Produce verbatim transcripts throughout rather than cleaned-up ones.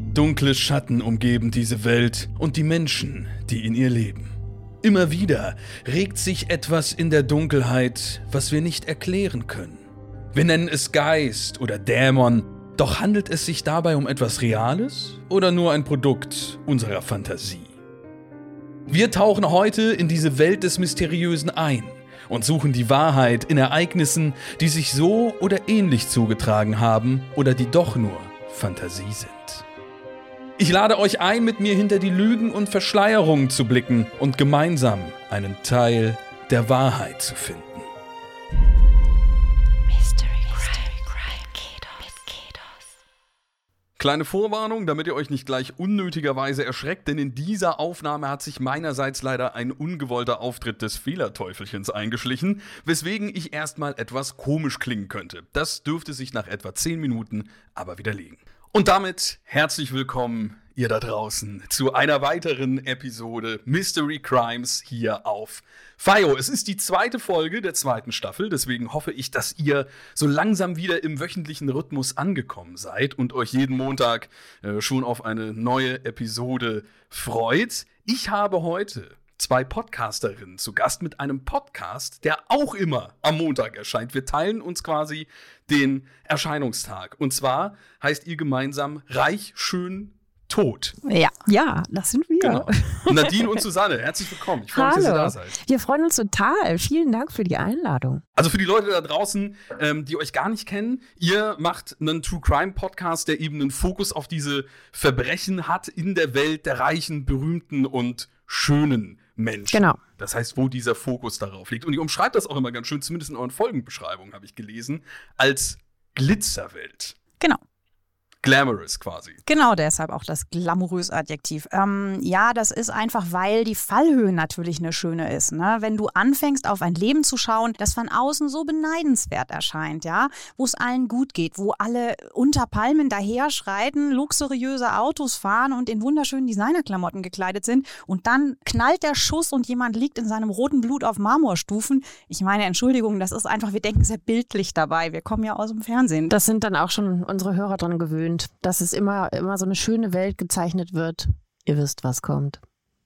Dunkle Schatten umgeben diese Welt und die Menschen, die in ihr leben. Immer wieder regt sich etwas in der Dunkelheit, was wir nicht erklären können. Wir nennen es Geist oder Dämon, doch handelt es sich dabei um etwas Reales oder nur ein Produkt unserer Fantasie? Wir tauchen heute in diese Welt des Mysteriösen ein und suchen die Wahrheit in Ereignissen, die sich so oder ähnlich zugetragen haben oder die doch nur Fantasie sind. Ich lade euch ein, mit mir hinter die Lügen und Verschleierungen zu blicken und gemeinsam einen Teil der Wahrheit zu finden. Kleine Vorwarnung, damit ihr euch nicht gleich unnötigerweise erschreckt, denn in dieser Aufnahme hat sich meinerseits leider ein ungewollter Auftritt des Fehlerteufelchens eingeschlichen, weswegen ich erstmal etwas komisch klingen könnte. Das dürfte sich nach etwa zehn Minuten aber widerlegen. Und damit herzlich willkommen, ihr da draußen, zu einer weiteren Episode Mystery Crimes hier auf Fayo. Es ist die zweite Folge der zweiten Staffel, deswegen hoffe ich, dass ihr so langsam wieder im wöchentlichen Rhythmus angekommen seid und euch jeden Montag äh, schon auf eine neue Episode freut. Ich habe heute zwei Podcasterinnen zu Gast mit einem Podcast, der auch immer am Montag erscheint. Wir teilen uns quasi den Erscheinungstag. Und zwar heißt ihr gemeinsam Reich, Schön, Tot. Ja, ja, das sind wir. Genau. Nadine und Susanne, herzlich willkommen. Ich freue mich, dass ihr da seid. Wir freuen uns total. Vielen Dank für die Einladung. Also für die Leute da draußen, ähm, die euch gar nicht kennen, ihr macht einen True Crime Podcast, der eben einen Fokus auf diese Verbrechen hat in der Welt der reichen, berühmten und schönen Menschen. Genau. Das heißt, wo dieser Fokus darauf liegt. Und ihr umschreibt das auch immer ganz schön, zumindest in euren Folgenbeschreibungen habe ich gelesen, als Glitzerwelt. Genau. Glamorous quasi. Genau, deshalb auch das glamourös Adjektiv. Ähm, ja, das ist einfach, weil die Fallhöhe natürlich eine schöne ist. Ne? Wenn du anfängst, auf ein Leben zu schauen, das von außen so beneidenswert erscheint, ja, wo es allen gut geht, wo alle unter Palmen daherschreiten, luxuriöse Autos fahren und in wunderschönen Designerklamotten gekleidet sind und dann knallt der Schuss und jemand liegt in seinem roten Blut auf Marmorstufen. Ich meine, Entschuldigung, das ist einfach, wir denken sehr bildlich dabei. Wir kommen ja aus dem Fernsehen. Das sind dann auch schon unsere Hörer dran gewöhnt, dass es immer, immer so eine schöne Welt gezeichnet wird. Ihr wisst, was kommt.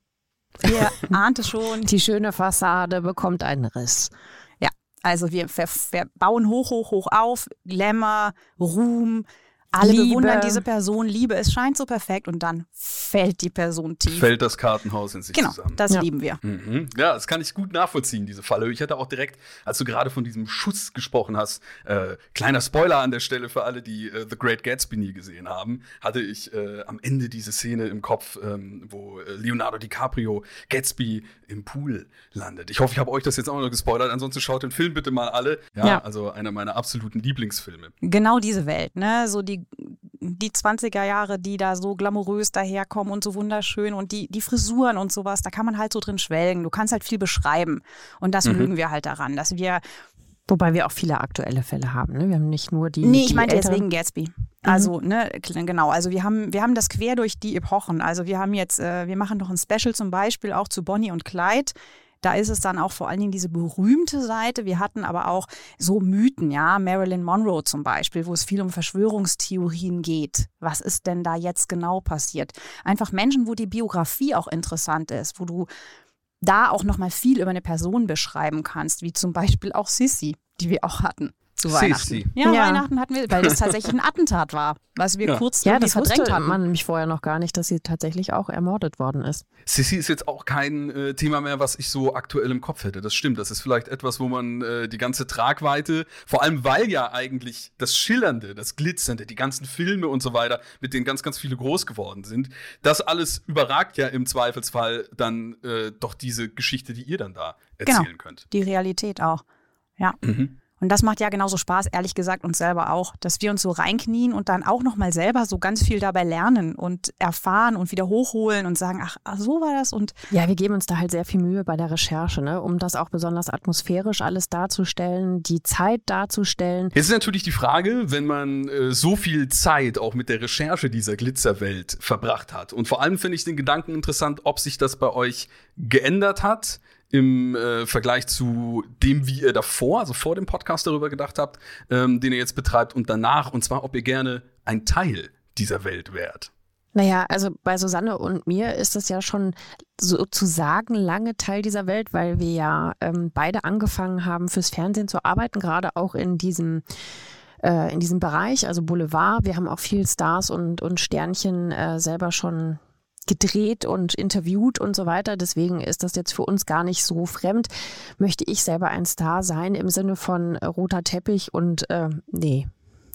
Ihr ahnt es schon. Die schöne Fassade bekommt einen Riss. Ja, also wir, wir, wir bauen hoch, hoch, hoch auf. Glamour, Ruhm. Alle Liebe. bewundern diese Person, Liebe, es scheint so perfekt und dann fällt die Person tief. Fällt das Kartenhaus in sich genau, zusammen. Das ja. lieben wir. Mhm. Ja, das kann ich gut nachvollziehen, diese Falle. Ich hatte auch direkt, als du gerade von diesem Schuss gesprochen hast, äh, kleiner Spoiler an der Stelle für alle, die äh, The Great Gatsby nie gesehen haben, hatte ich äh, am Ende diese Szene im Kopf, ähm, wo äh, Leonardo DiCaprio Gatsby im Pool landet. Ich hoffe, ich habe euch das jetzt auch noch gespoilert. Ansonsten schaut den Film bitte mal alle. Ja, Ja. Also einer meiner absoluten Lieblingsfilme. Genau diese Welt, ne? So die, die zwanziger Jahre, die da so glamourös daherkommen und so wunderschön und die, die Frisuren und sowas, da kann man halt so drin schwelgen. Du kannst halt viel beschreiben und das Mhm. mögen wir halt daran, dass wir Wobei wir auch viele aktuelle Fälle haben. Ne? Wir haben nicht nur die. Nee, ich die meinte älteren- deswegen Gatsby. Also, ne, genau. Also wir haben, wir haben das quer durch die Epochen. Also wir haben jetzt, äh, wir machen doch ein Special zum Beispiel auch zu Bonnie und Clyde. Da ist es dann auch vor allen Dingen diese berühmte Seite. Wir hatten aber auch so Mythen, ja, Marilyn Monroe zum Beispiel, wo es viel um Verschwörungstheorien geht. Was ist denn da jetzt genau passiert? Einfach Menschen, wo die Biografie auch interessant ist, wo du da auch nochmal viel über eine Person beschreiben kannst, wie zum Beispiel auch Sissi, die wir auch hatten zu Sissi. Weihnachten. Ja, Ja. Weihnachten hatten wir, weil das tatsächlich ein Attentat war, was wir Ja. kurz Ja, irgendwie das verdrängt wusste hatten. man nämlich vorher noch gar nicht, dass sie tatsächlich auch ermordet worden ist. Sissi ist jetzt auch kein äh, Thema mehr, was ich so aktuell im Kopf hätte. Das stimmt. Das ist vielleicht etwas, wo man äh, die ganze Tragweite, vor allem weil ja eigentlich das Schillernde, das Glitzernde, die ganzen Filme und so weiter, mit denen ganz, ganz viele groß geworden sind, das alles überragt ja im Zweifelsfall dann äh, doch diese Geschichte, die ihr dann da erzählen Genau. könnt. Die Realität auch. Ja. Mhm. Und das macht ja genauso Spaß, ehrlich gesagt, uns selber auch, dass wir uns so reinknien und dann auch nochmal selber so ganz viel dabei lernen und erfahren und wieder hochholen und sagen, ach, ach, so war das und Ja, wir geben uns da halt sehr viel Mühe bei der Recherche, ne? Um das auch besonders atmosphärisch alles darzustellen, die Zeit darzustellen. Jetzt ist natürlich die Frage, wenn man äh, so viel Zeit auch mit der Recherche dieser Glitzerwelt verbracht hat. Und vor allem finde ich den Gedanken interessant, ob sich das bei euch geändert hat im äh, Vergleich zu dem, wie ihr davor, also vor dem Podcast darüber gedacht habt, ähm, den ihr jetzt betreibt und danach. Und zwar, ob ihr gerne ein Teil dieser Welt wärt. Naja, also bei Susanne und mir ist das ja schon sozusagen lange Teil dieser Welt, weil wir ja ähm, beide angefangen haben, fürs Fernsehen zu arbeiten, gerade auch in diesem, äh, in diesem Bereich, also Boulevard. Wir haben auch viel Stars und, und Sternchen äh, selber schon gedreht und interviewt und so weiter. Deswegen ist das jetzt für uns gar nicht so fremd. Möchte ich selber ein Star sein im Sinne von äh, roter Teppich und äh, nee.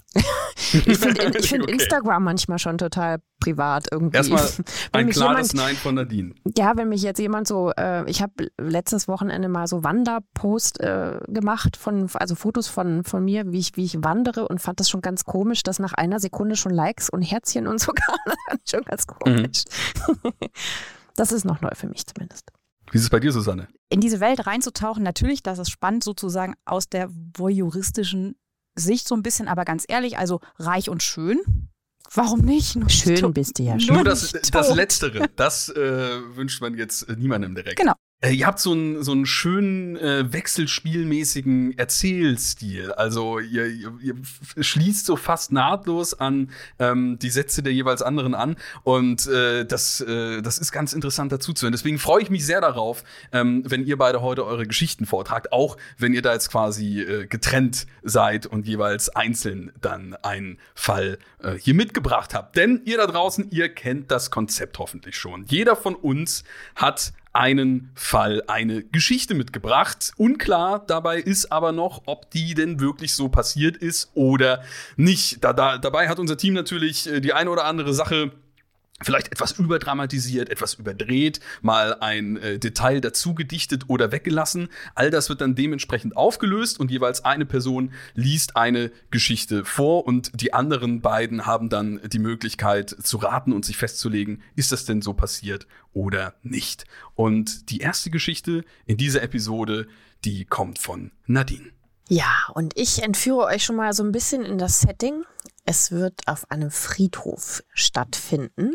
Ich finde ich find okay. Instagram manchmal schon total privat irgendwie. Erstmal ein klares jemand, Nein von Nadine. Ja, wenn mich jetzt jemand so, äh, ich habe letztes Wochenende mal so Wanderpost äh, gemacht, von, also Fotos von, von mir, wie ich, wie ich wandere und fand das schon ganz komisch, dass nach einer Sekunde schon Likes und Herzchen und so kamen. Das fand ich schon ganz komisch. Mhm. Das ist noch neu für mich zumindest. Wie ist es bei dir, Susanne? In diese Welt reinzutauchen, natürlich, das ist spannend sozusagen aus der voyeuristischen Sicht so ein bisschen, aber ganz ehrlich, also reich und schön, warum nicht? Nur schön bist du ja schon. Nur das, das Letztere, das äh, wünscht man jetzt niemandem direkt. Genau. Äh, ihr habt so einen, so einen schönen äh, wechselspielmäßigen Erzählstil. Also ihr, ihr, ihr schließt so fast nahtlos an ähm, die Sätze der jeweils anderen an. Und äh, das, äh, das ist ganz interessant dazu zu hören. Deswegen freue ich mich sehr darauf, ähm, wenn ihr beide heute eure Geschichten vortragt. Auch wenn ihr da jetzt quasi äh, getrennt seid und jeweils einzeln dann einen Fall äh, hier mitgebracht habt. Denn ihr da draußen, ihr kennt das Konzept hoffentlich schon. Jeder von uns hat einen Fall, eine Geschichte mitgebracht. Unklar dabei ist aber noch, ob die denn wirklich so passiert ist oder nicht. Da, da, dabei hat unser Team natürlich die eine oder andere Sache vielleicht etwas überdramatisiert, etwas überdreht, mal ein äh, Detail dazu gedichtet oder weggelassen. All das wird dann dementsprechend aufgelöst und jeweils eine Person liest eine Geschichte vor und die anderen beiden haben dann die Möglichkeit zu raten und sich festzulegen, ist das denn so passiert oder nicht. Und die erste Geschichte in dieser Episode, die kommt von Nadine. Ja, und ich entführe euch schon mal so ein bisschen in das Setting. Es wird auf einem Friedhof stattfinden.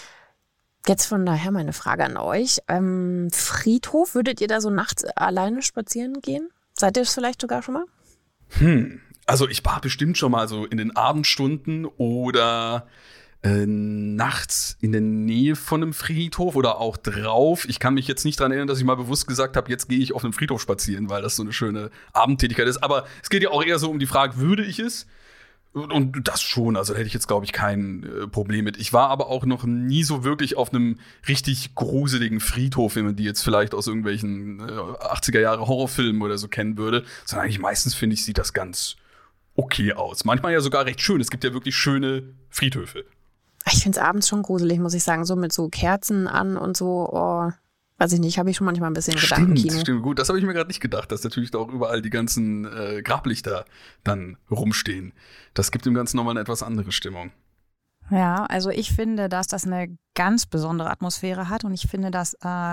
Jetzt von daher meine Frage an euch. Ähm, Friedhof, würdet ihr da so nachts alleine spazieren gehen? Seid ihr es vielleicht sogar schon mal? Hm, also ich war bestimmt schon mal so in den Abendstunden oder äh, nachts in der Nähe von einem Friedhof oder auch drauf. Ich kann mich jetzt nicht daran erinnern, dass ich mal bewusst gesagt habe, jetzt gehe ich auf einem Friedhof spazieren, weil das so eine schöne Abendtätigkeit ist. Aber es geht ja auch eher so um die Frage, würde ich es? Und das schon, also da hätte ich jetzt, glaube ich, kein äh, Problem mit. Ich war aber auch noch nie so wirklich auf einem richtig gruseligen Friedhof, wenn man die jetzt vielleicht aus irgendwelchen äh, achtziger Jahre Horrorfilmen oder so kennen würde. Sondern eigentlich meistens, finde ich, sieht das ganz okay aus. Manchmal ja sogar recht schön. Es gibt ja wirklich schöne Friedhöfe. Ich finde es abends schon gruselig, muss ich sagen. So mit so Kerzen an und so, oh, weiß ich nicht, habe ich schon manchmal ein bisschen Gedankenkino. Stimmt, stimmt, gut. Das habe ich mir gerade nicht gedacht, dass natürlich da auch überall die ganzen äh, Grablichter dann rumstehen. Das gibt dem Ganzen nochmal eine etwas andere Stimmung. Ja, also ich finde, dass das eine ganz besondere Atmosphäre hat und ich finde, dass äh,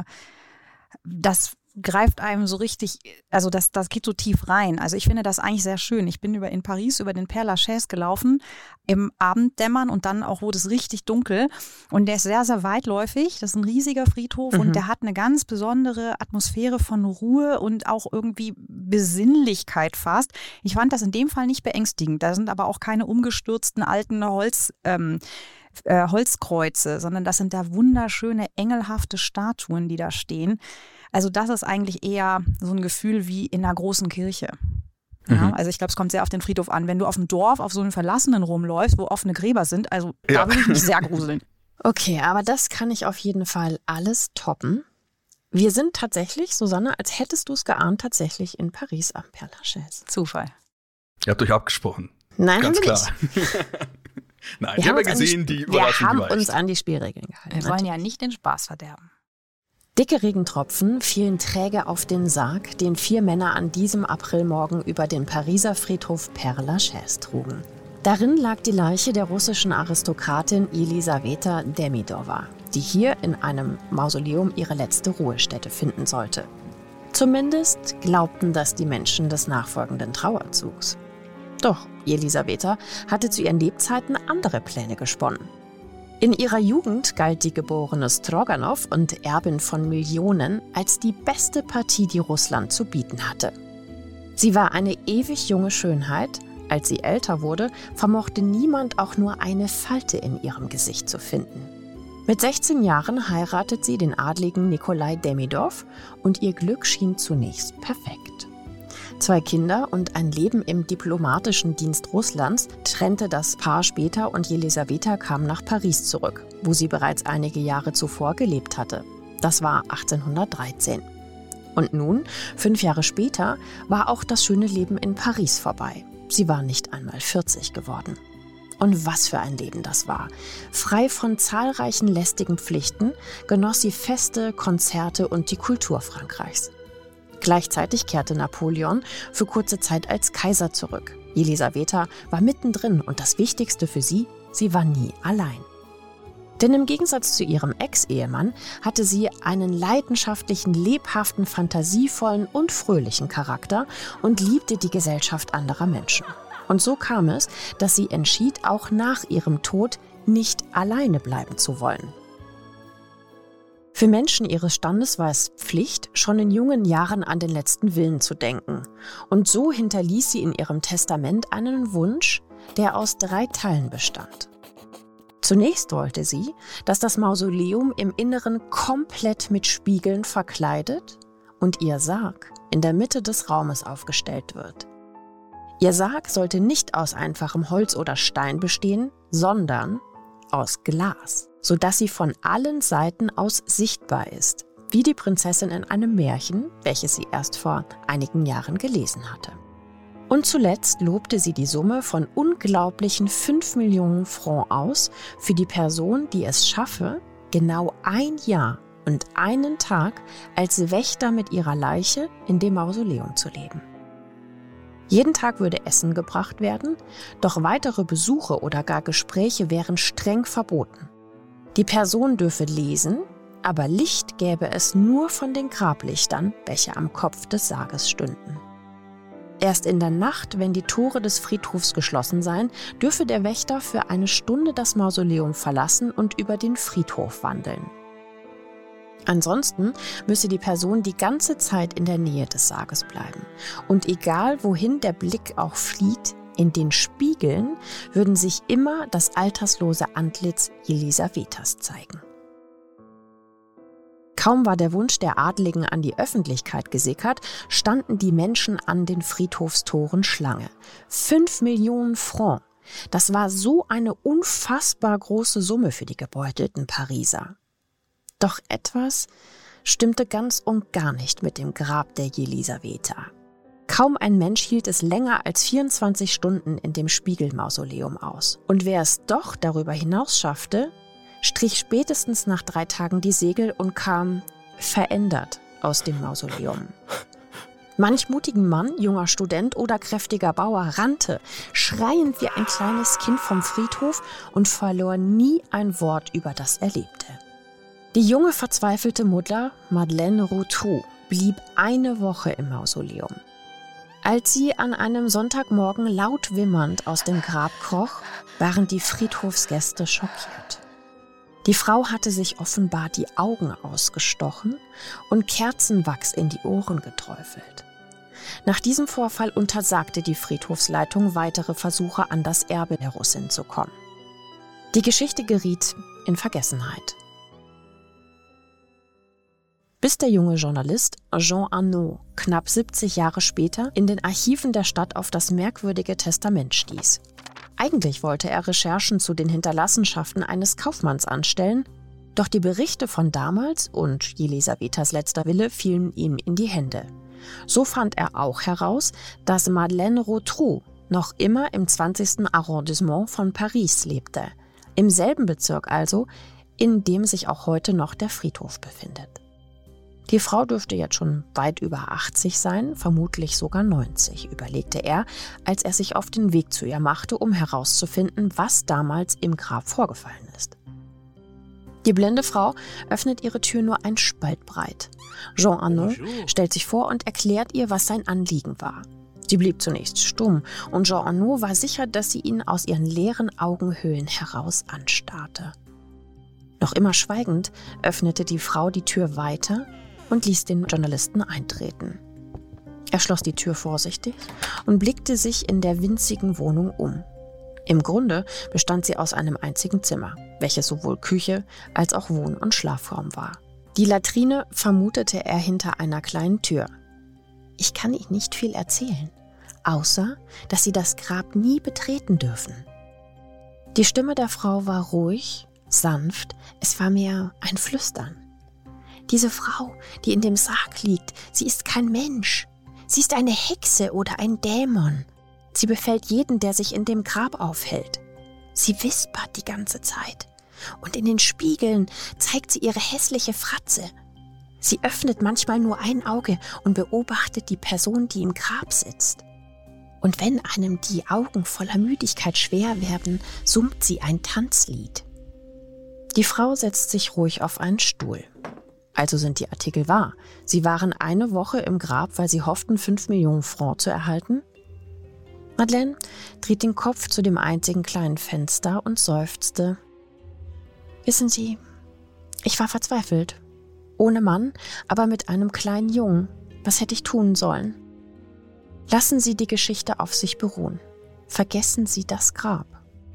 das greift einem so richtig, also das, das geht so tief rein. Also ich finde das eigentlich sehr schön. Ich bin über in Paris über den Père Lachaise gelaufen im Abenddämmern und dann auch wurde es richtig dunkel und der ist sehr, sehr weitläufig. Das ist ein riesiger Friedhof mhm. und der hat eine ganz besondere Atmosphäre von Ruhe und auch irgendwie Besinnlichkeit fast. Ich fand das in dem Fall nicht beängstigend. Da sind aber auch keine umgestürzten alten Holz ähm, Äh, Holzkreuze, sondern das sind da wunderschöne, engelhafte Statuen, die da stehen. Also das ist eigentlich eher so ein Gefühl wie in einer großen Kirche. Ja, mhm. Also ich glaube, es kommt sehr auf den Friedhof an. Wenn du auf dem Dorf auf so einem Verlassenen rumläufst, wo offene Gräber sind, also ja. Da würde ich mich sehr gruseln. Okay, aber das kann ich auf jeden Fall alles toppen. Wir sind tatsächlich, Susanne, als hättest du es geahnt, tatsächlich in Paris am Père Lachaise. Zufall. Ihr habt euch abgesprochen. Nein, ganz haben wir klar. nicht. Nein, wir, wir haben ja gesehen, die, die Überraschung Wir haben uns an die Spielregeln gehalten. Wir wollen ja nicht den Spaß verderben. Dicke Regentropfen fielen träge auf den Sarg, den vier Männer an diesem Aprilmorgen über den Pariser Friedhof Père Lachaise trugen. Darin lag die Leiche der russischen Aristokratin Elisaweta Demidova, die hier in einem Mausoleum ihre letzte Ruhestätte finden sollte. Zumindest glaubten das die Menschen des nachfolgenden Trauerzugs. Doch Elisaweta hatte zu ihren Lebzeiten andere Pläne gesponnen. In ihrer Jugend galt die geborene Stroganow und Erbin von Millionen als die beste Partie, die Russland zu bieten hatte. Sie war eine ewig junge Schönheit. Als sie älter wurde, vermochte niemand auch nur eine Falte in ihrem Gesicht zu finden. Mit sechzehn Jahren heiratet sie den Adligen Nikolai Demidov und ihr Glück schien zunächst perfekt. Zwei Kinder und ein Leben im diplomatischen Dienst Russlands trennte das Paar später und Jelisaweta kam nach Paris zurück, wo sie bereits einige Jahre zuvor gelebt hatte. Das war achtzehnhundertdreizehn. Und nun, fünf Jahre später, war auch das schöne Leben in Paris vorbei. Sie war nicht einmal vierzig geworden. Und was für ein Leben das war. Frei von zahlreichen lästigen Pflichten genoss sie Feste, Konzerte und die Kultur Frankreichs. Gleichzeitig kehrte Napoleon für kurze Zeit als Kaiser zurück. Jelisaweta war mittendrin und das Wichtigste für sie, sie war nie allein. Denn im Gegensatz zu ihrem Ex-Ehemann hatte sie einen leidenschaftlichen, lebhaften, fantasievollen und fröhlichen Charakter und liebte die Gesellschaft anderer Menschen. Und so kam es, dass sie entschied, auch nach ihrem Tod nicht alleine bleiben zu wollen. Für Menschen ihres Standes war es Pflicht, schon in jungen Jahren an den letzten Willen zu denken. Und so hinterließ sie in ihrem Testament einen Wunsch, der aus drei Teilen bestand. Zunächst wollte sie, dass das Mausoleum im Inneren komplett mit Spiegeln verkleidet und ihr Sarg in der Mitte des Raumes aufgestellt wird. Ihr Sarg sollte nicht aus einfachem Holz oder Stein bestehen, sondern aus Glas, sodass sie von allen Seiten aus sichtbar ist, wie die Prinzessin in einem Märchen, welches sie erst vor einigen Jahren gelesen hatte. Und zuletzt lobte sie die Summe von unglaublichen fünf Millionen Francs aus für die Person, die es schaffe, genau ein Jahr und einen Tag als Wächter mit ihrer Leiche in dem Mausoleum zu leben. Jeden Tag würde Essen gebracht werden, doch weitere Besuche oder gar Gespräche wären streng verboten. Die Person dürfe lesen, aber Licht gäbe es nur von den Grablichtern, welche am Kopf des Sarges stünden. Erst in der Nacht, wenn die Tore des Friedhofs geschlossen seien, dürfe der Wächter für eine Stunde das Mausoleum verlassen und über den Friedhof wandeln. Ansonsten müsse die Person die ganze Zeit in der Nähe des Sarges bleiben. Und egal wohin der Blick auch flieht, in den Spiegeln würden sich immer das alterslose Antlitz Jelisavetas zeigen. Kaum war der Wunsch der Adligen an die Öffentlichkeit gesickert, standen die Menschen an den Friedhofstoren Schlange. Fünf Millionen Francs. Das war so eine unfassbar große Summe für die gebeutelten Pariser. Doch etwas stimmte ganz und gar nicht mit dem Grab der Jelisaweta. Kaum ein Mensch hielt es länger als vierundzwanzig Stunden in dem Spiegelmausoleum aus. Und wer es doch darüber hinaus schaffte, strich spätestens nach drei Tagen die Segel und kam verändert aus dem Mausoleum. Manch mutigen Mann, junger Student oder kräftiger Bauer rannte, schreiend wie ein kleines Kind vom Friedhof und verlor nie ein Wort über das Erlebte. Die junge, verzweifelte Mutter Madeleine Rotrou blieb eine Woche im Mausoleum. Als sie an einem Sonntagmorgen laut wimmernd aus dem Grab kroch, waren die Friedhofsgäste schockiert. Die Frau hatte sich offenbar die Augen ausgestochen und Kerzenwachs in die Ohren geträufelt. Nach diesem Vorfall untersagte die Friedhofsleitung weitere Versuche, an das Erbe der Russin zu kommen. Die Geschichte geriet in Vergessenheit. Bis der junge Journalist Jean Arnaud knapp siebzig Jahre später in den Archiven der Stadt auf das merkwürdige Testament stieß. Eigentlich wollte er Recherchen zu den Hinterlassenschaften eines Kaufmanns anstellen, doch die Berichte von damals und Jelisavetas letzter Wille fielen ihm in die Hände. So fand er auch heraus, dass Madeleine Rotrou noch immer im zwanzigsten Arrondissement von Paris lebte, im selben Bezirk also, in dem sich auch heute noch der Friedhof befindet. Die Frau dürfte jetzt schon weit über achtzig sein, vermutlich sogar neunzig, überlegte er, als er sich auf den Weg zu ihr machte, um herauszufinden, was damals im Grab vorgefallen ist. Die blinde Frau öffnet ihre Tür nur ein Spalt breit. Jean Arnaud stellt sich vor und erklärt ihr, was sein Anliegen war. Sie blieb zunächst stumm und Jean Arnaud war sicher, dass sie ihn aus ihren leeren Augenhöhlen heraus anstarrte. Noch immer schweigend öffnete die Frau die Tür weiter und ließ den Journalisten eintreten. Er schloss die Tür vorsichtig und blickte sich in der winzigen Wohnung um. Im Grunde bestand sie aus einem einzigen Zimmer, welches sowohl Küche als auch Wohn- und Schlafraum war. Die Latrine vermutete er hinter einer kleinen Tür. Ich kann Ihnen nicht viel erzählen, außer dass Sie das Grab nie betreten dürfen. Die Stimme der Frau war ruhig, sanft, es war mehr ein Flüstern. Diese Frau, die in dem Sarg liegt, sie ist kein Mensch. Sie ist eine Hexe oder ein Dämon. Sie befällt jeden, der sich in dem Grab aufhält. Sie wispert die ganze Zeit. Und in den Spiegeln zeigt sie ihre hässliche Fratze. Sie öffnet manchmal nur ein Auge und beobachtet die Person, die im Grab sitzt. Und wenn einem die Augen voller Müdigkeit schwer werden, summt sie ein Tanzlied. Die Frau setzt sich ruhig auf einen Stuhl. Also sind die Artikel wahr. Sie waren eine Woche im Grab, weil sie hofften, fünf Millionen Francs zu erhalten. Madeleine dreht den Kopf zu dem einzigen kleinen Fenster und seufzte. Wissen Sie, ich war verzweifelt. Ohne Mann, aber mit einem kleinen Jungen. Was hätte ich tun sollen? Lassen Sie die Geschichte auf sich beruhen. Vergessen Sie das Grab.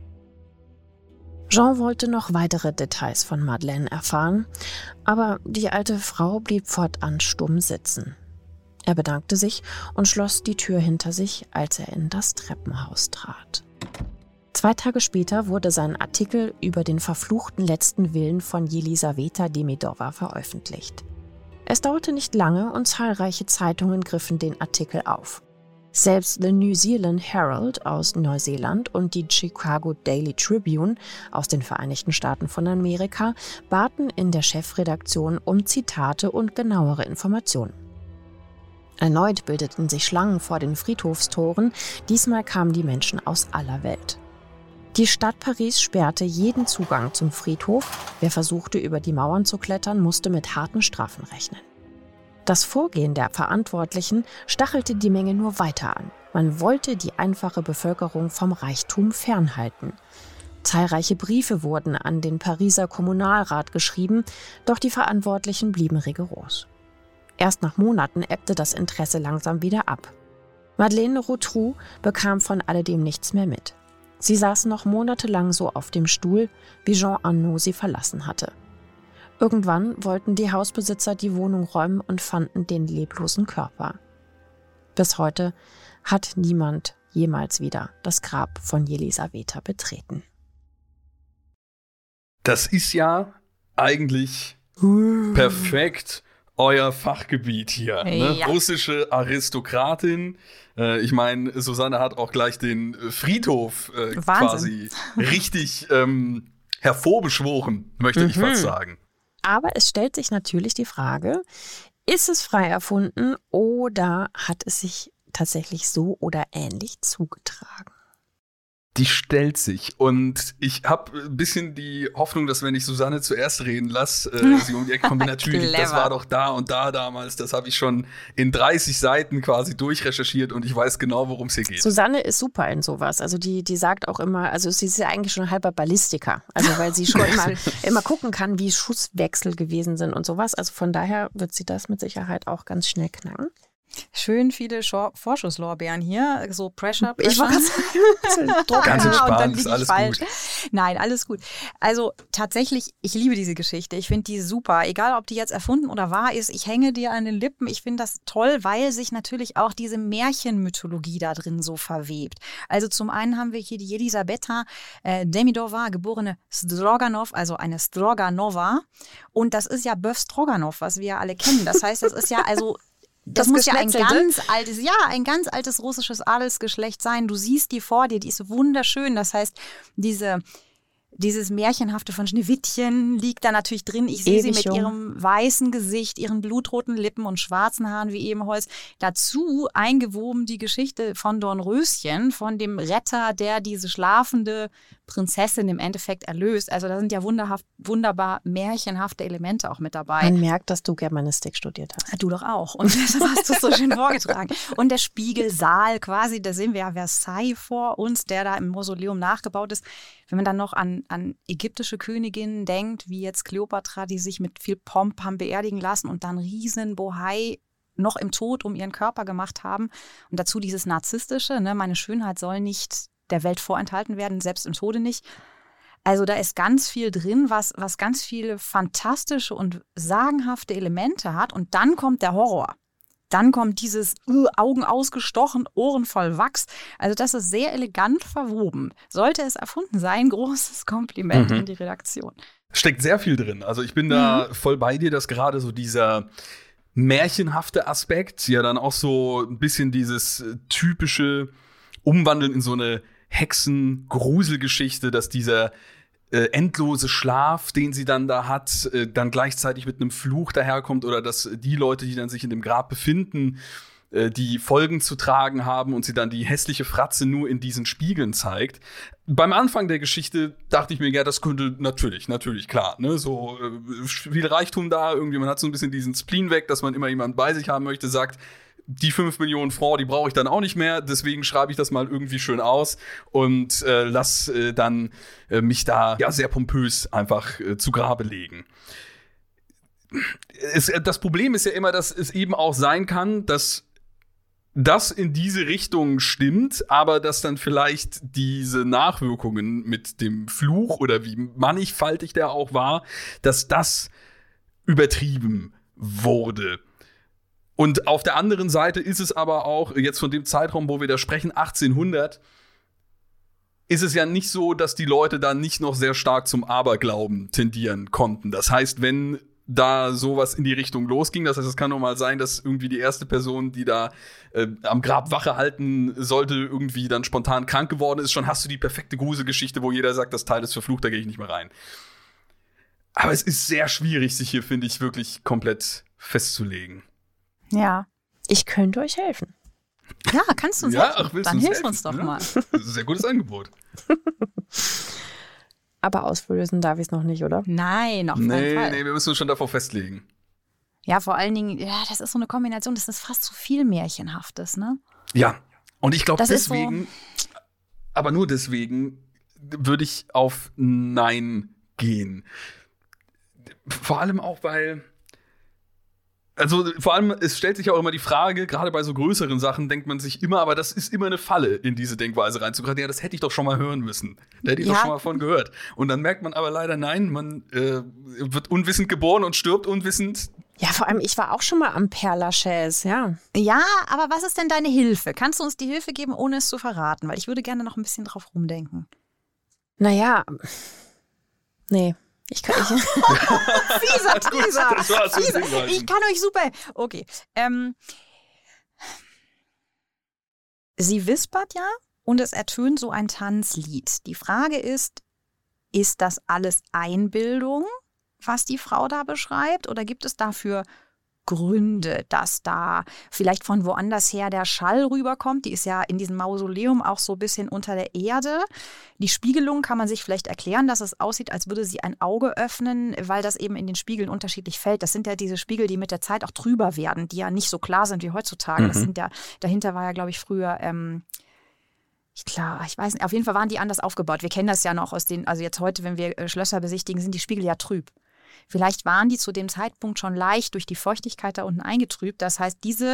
Jean wollte noch weitere Details von Madeleine erfahren, aber die alte Frau blieb fortan stumm sitzen. Er bedankte sich und schloss die Tür hinter sich, als er in das Treppenhaus trat. Zwei Tage später wurde sein Artikel über den verfluchten letzten Willen von Jelisaweta Demidova veröffentlicht. Es dauerte nicht lange und zahlreiche Zeitungen griffen den Artikel auf. Selbst The New Zealand Herald aus Neuseeland und die Chicago Daily Tribune aus den Vereinigten Staaten von Amerika baten in der Chefredaktion um Zitate und genauere Informationen. Erneut bildeten sich Schlangen vor den Friedhofstoren, diesmal kamen die Menschen aus aller Welt. Die Stadt Paris sperrte jeden Zugang zum Friedhof. Wer versuchte, über die Mauern zu klettern, musste mit harten Strafen rechnen. Das Vorgehen der Verantwortlichen stachelte die Menge nur weiter an. Man wollte die einfache Bevölkerung vom Reichtum fernhalten. Zahlreiche Briefe wurden an den Pariser Kommunalrat geschrieben, doch die Verantwortlichen blieben rigoros. Erst nach Monaten ebbte das Interesse langsam wieder ab. Madeleine Rotrou bekam von alledem nichts mehr mit. Sie saß noch monatelang so auf dem Stuhl, wie Jean Arnaud sie verlassen hatte. Irgendwann wollten die Hausbesitzer die Wohnung räumen und fanden den leblosen Körper. Bis heute hat niemand jemals wieder das Grab von Jelisaweta betreten. Das ist ja eigentlich perfekt euer Fachgebiet hier. Ne? Ja. Russische Aristokratin. Äh, ich meine, Susanne hat auch gleich den Friedhof äh, quasi richtig ähm, hervorbeschworen, möchte mhm. ich fast sagen. Aber es stellt sich natürlich die Frage, ist es frei erfunden oder hat es sich tatsächlich so oder ähnlich zugetragen? Die stellt sich. Und ich habe ein bisschen die Hoffnung, dass wenn ich Susanne zuerst reden lasse, äh, sie um die Ecke kommt, natürlich, das war doch da und da damals, das habe ich schon in dreißig Seiten quasi durchrecherchiert und ich weiß genau, worum es hier geht. Susanne ist super in sowas. Also die, die sagt auch immer, also sie ist ja eigentlich schon halber Ballistiker. Also weil sie schon immer, immer gucken kann, wie Schusswechsel gewesen sind und sowas. Also von daher wird sie das mit Sicherheit auch ganz schnell knacken. Schön viele Schor- Vorschusslorbeeren hier, so Pressure, Pressure. Ich war ganz, ganz entspannt, und dann liege ich alles falsch. gut. Nein, alles gut. Also tatsächlich, ich liebe diese Geschichte. Ich finde die super. Egal, ob die jetzt erfunden oder wahr ist, ich hänge dir an den Lippen. Ich finde das toll, weil sich natürlich auch diese Märchenmythologie da drin so verwebt. Also zum einen haben wir hier die Jelisaweta äh, Demidova, geborene Stroganov, also eine Stroganova. Und das ist ja Bœuf Stroganov, was wir ja alle kennen. Das heißt, das ist ja also Das, das muss ja ein ganz altes, ja, ein ganz altes russisches Adelsgeschlecht sein. Du siehst die vor dir, die ist wunderschön. Das heißt, diese, dieses Märchenhafte von Schneewittchen liegt da natürlich drin. Ich sehe sie mit jung. ihrem weißen Gesicht, ihren blutroten Lippen und schwarzen Haaren wie Ebenholz. Dazu eingewoben die Geschichte von Dornröschen, von dem Retter, der diese schlafende Prinzessin im Endeffekt erlöst. Also da sind ja wunderhaft, wunderbar märchenhafte Elemente auch mit dabei. Man merkt, dass du Germanistik studiert hast. Du doch auch. Und das hast du so schön vorgetragen. Und der Spiegelsaal quasi, da sehen wir ja Versailles vor uns, der da im Mausoleum nachgebaut ist. Wenn man dann noch an, an ägyptische Königinnen denkt, wie jetzt Kleopatra, die sich mit viel Pomp haben beerdigen lassen und dann riesen Bohai noch im Tod um ihren Körper gemacht haben. Und dazu dieses Narzisstische, ne, meine Schönheit soll nicht der Welt vorenthalten werden, selbst im Tode nicht. Also da ist ganz viel drin, was, was ganz viele fantastische und sagenhafte Elemente hat. Und dann kommt der Horror. Dann kommt dieses uh, Augen ausgestochen, Ohren voll Wachs. Also das ist sehr elegant verwoben. Sollte es erfunden sein, großes Kompliment mhm. an die Redaktion. Steckt sehr viel drin. Also ich bin da mhm. voll bei dir, dass gerade so dieser märchenhafte Aspekt, ja dann auch so ein bisschen dieses typische Umwandeln in so eine Hexen-Gruselgeschichte, dass dieser äh, endlose Schlaf, den sie dann da hat, äh, dann gleichzeitig mit einem Fluch daherkommt oder dass die Leute, die dann sich in dem Grab befinden, äh, die Folgen zu tragen haben und sie dann die hässliche Fratze nur in diesen Spiegeln zeigt. Beim Anfang der Geschichte dachte ich mir, ja, das könnte natürlich, natürlich, klar, ne, so äh, viel Reichtum da, irgendwie, man hat so ein bisschen diesen Spleen weg, dass man immer jemanden bei sich haben möchte, sagt, die fünf Millionen Francs, die brauche ich dann auch nicht mehr, deswegen schreibe ich das mal irgendwie schön aus und äh, lass äh, dann äh, mich da ja sehr pompös einfach äh, zu Grabe legen. Es, das Problem ist ja immer, dass es eben auch sein kann, dass das in diese Richtung stimmt, aber dass dann vielleicht diese Nachwirkungen mit dem Fluch oder wie mannigfaltig der auch war, dass das übertrieben wurde. Und auf der anderen Seite ist es aber auch, jetzt von dem Zeitraum, wo wir da sprechen, achtzehnhundert, ist es ja nicht so, dass die Leute da nicht noch sehr stark zum Aberglauben tendieren konnten. Das heißt, wenn da sowas in die Richtung losging, das heißt, es kann doch mal sein, dass irgendwie die erste Person, die da äh, am Grab Wache halten sollte, irgendwie dann spontan krank geworden ist, schon hast du die perfekte Gruselgeschichte, wo jeder sagt, das Teil ist verflucht, da gehe ich nicht mehr rein. Aber es ist sehr schwierig, sich hier, finde ich, wirklich komplett festzulegen. Ja. Ich könnte euch helfen. Ja, kannst du uns ja, helfen? ach, willst Dann uns hilf helfen? uns doch ja. mal. Das ist ein sehr gutes Angebot. Aber auslösen darf ich es noch nicht, oder? Nein, auf keinen nee, Fall. Nee, wir müssen uns schon davor festlegen. Ja, vor allen Dingen, ja, das ist so eine Kombination, das ist fast zu viel Märchenhaftes, ne? Ja, und ich glaube Das ist deswegen, so aber nur deswegen, würde ich auf Nein gehen. Vor allem auch, weil Also vor allem, es stellt sich auch immer die Frage, gerade bei so größeren Sachen denkt man sich immer, aber das ist immer eine Falle, in diese Denkweise reinzugreifen. Ja, das hätte ich doch schon mal hören müssen. Da hätte ich Ja. doch schon mal von gehört. Und dann merkt man aber leider, nein, man äh, wird unwissend geboren und stirbt unwissend. Ja, vor allem, ich war auch schon mal am Père Lachaise, ja. Ja, aber was ist denn deine Hilfe? Kannst du uns die Hilfe geben, ohne es zu verraten? Weil ich würde gerne noch ein bisschen drauf rumdenken. Naja, nee. Ich kann, ich Fieser, Teaser. Das war's, das Fieser. Hinweisen. Ich kann euch super. Okay. Ähm, sie wispert ja und es ertönt so ein Tanzlied. Die Frage ist, ist das alles Einbildung, was die Frau da beschreibt? Oder gibt es dafür Gründe, dass da vielleicht von woanders her der Schall rüberkommt? Die ist ja in diesem Mausoleum auch so ein bisschen unter der Erde. Die Spiegelung kann man sich vielleicht erklären, dass es aussieht, als würde sie ein Auge öffnen, weil das eben in den Spiegeln unterschiedlich fällt. Das sind ja diese Spiegel, die mit der Zeit auch trüber werden, die ja nicht so klar sind wie heutzutage. Mhm. Das sind ja, dahinter war ja, glaube ich, früher ähm, Ich klar, ich weiß nicht. Auf jeden Fall waren die anders aufgebaut. Wir kennen das ja noch aus den, also jetzt heute, wenn wir äh, Schlösser besichtigen, sind die Spiegel ja trüb. Vielleicht waren die zu dem Zeitpunkt schon leicht durch die Feuchtigkeit da unten eingetrübt. Das heißt, diese,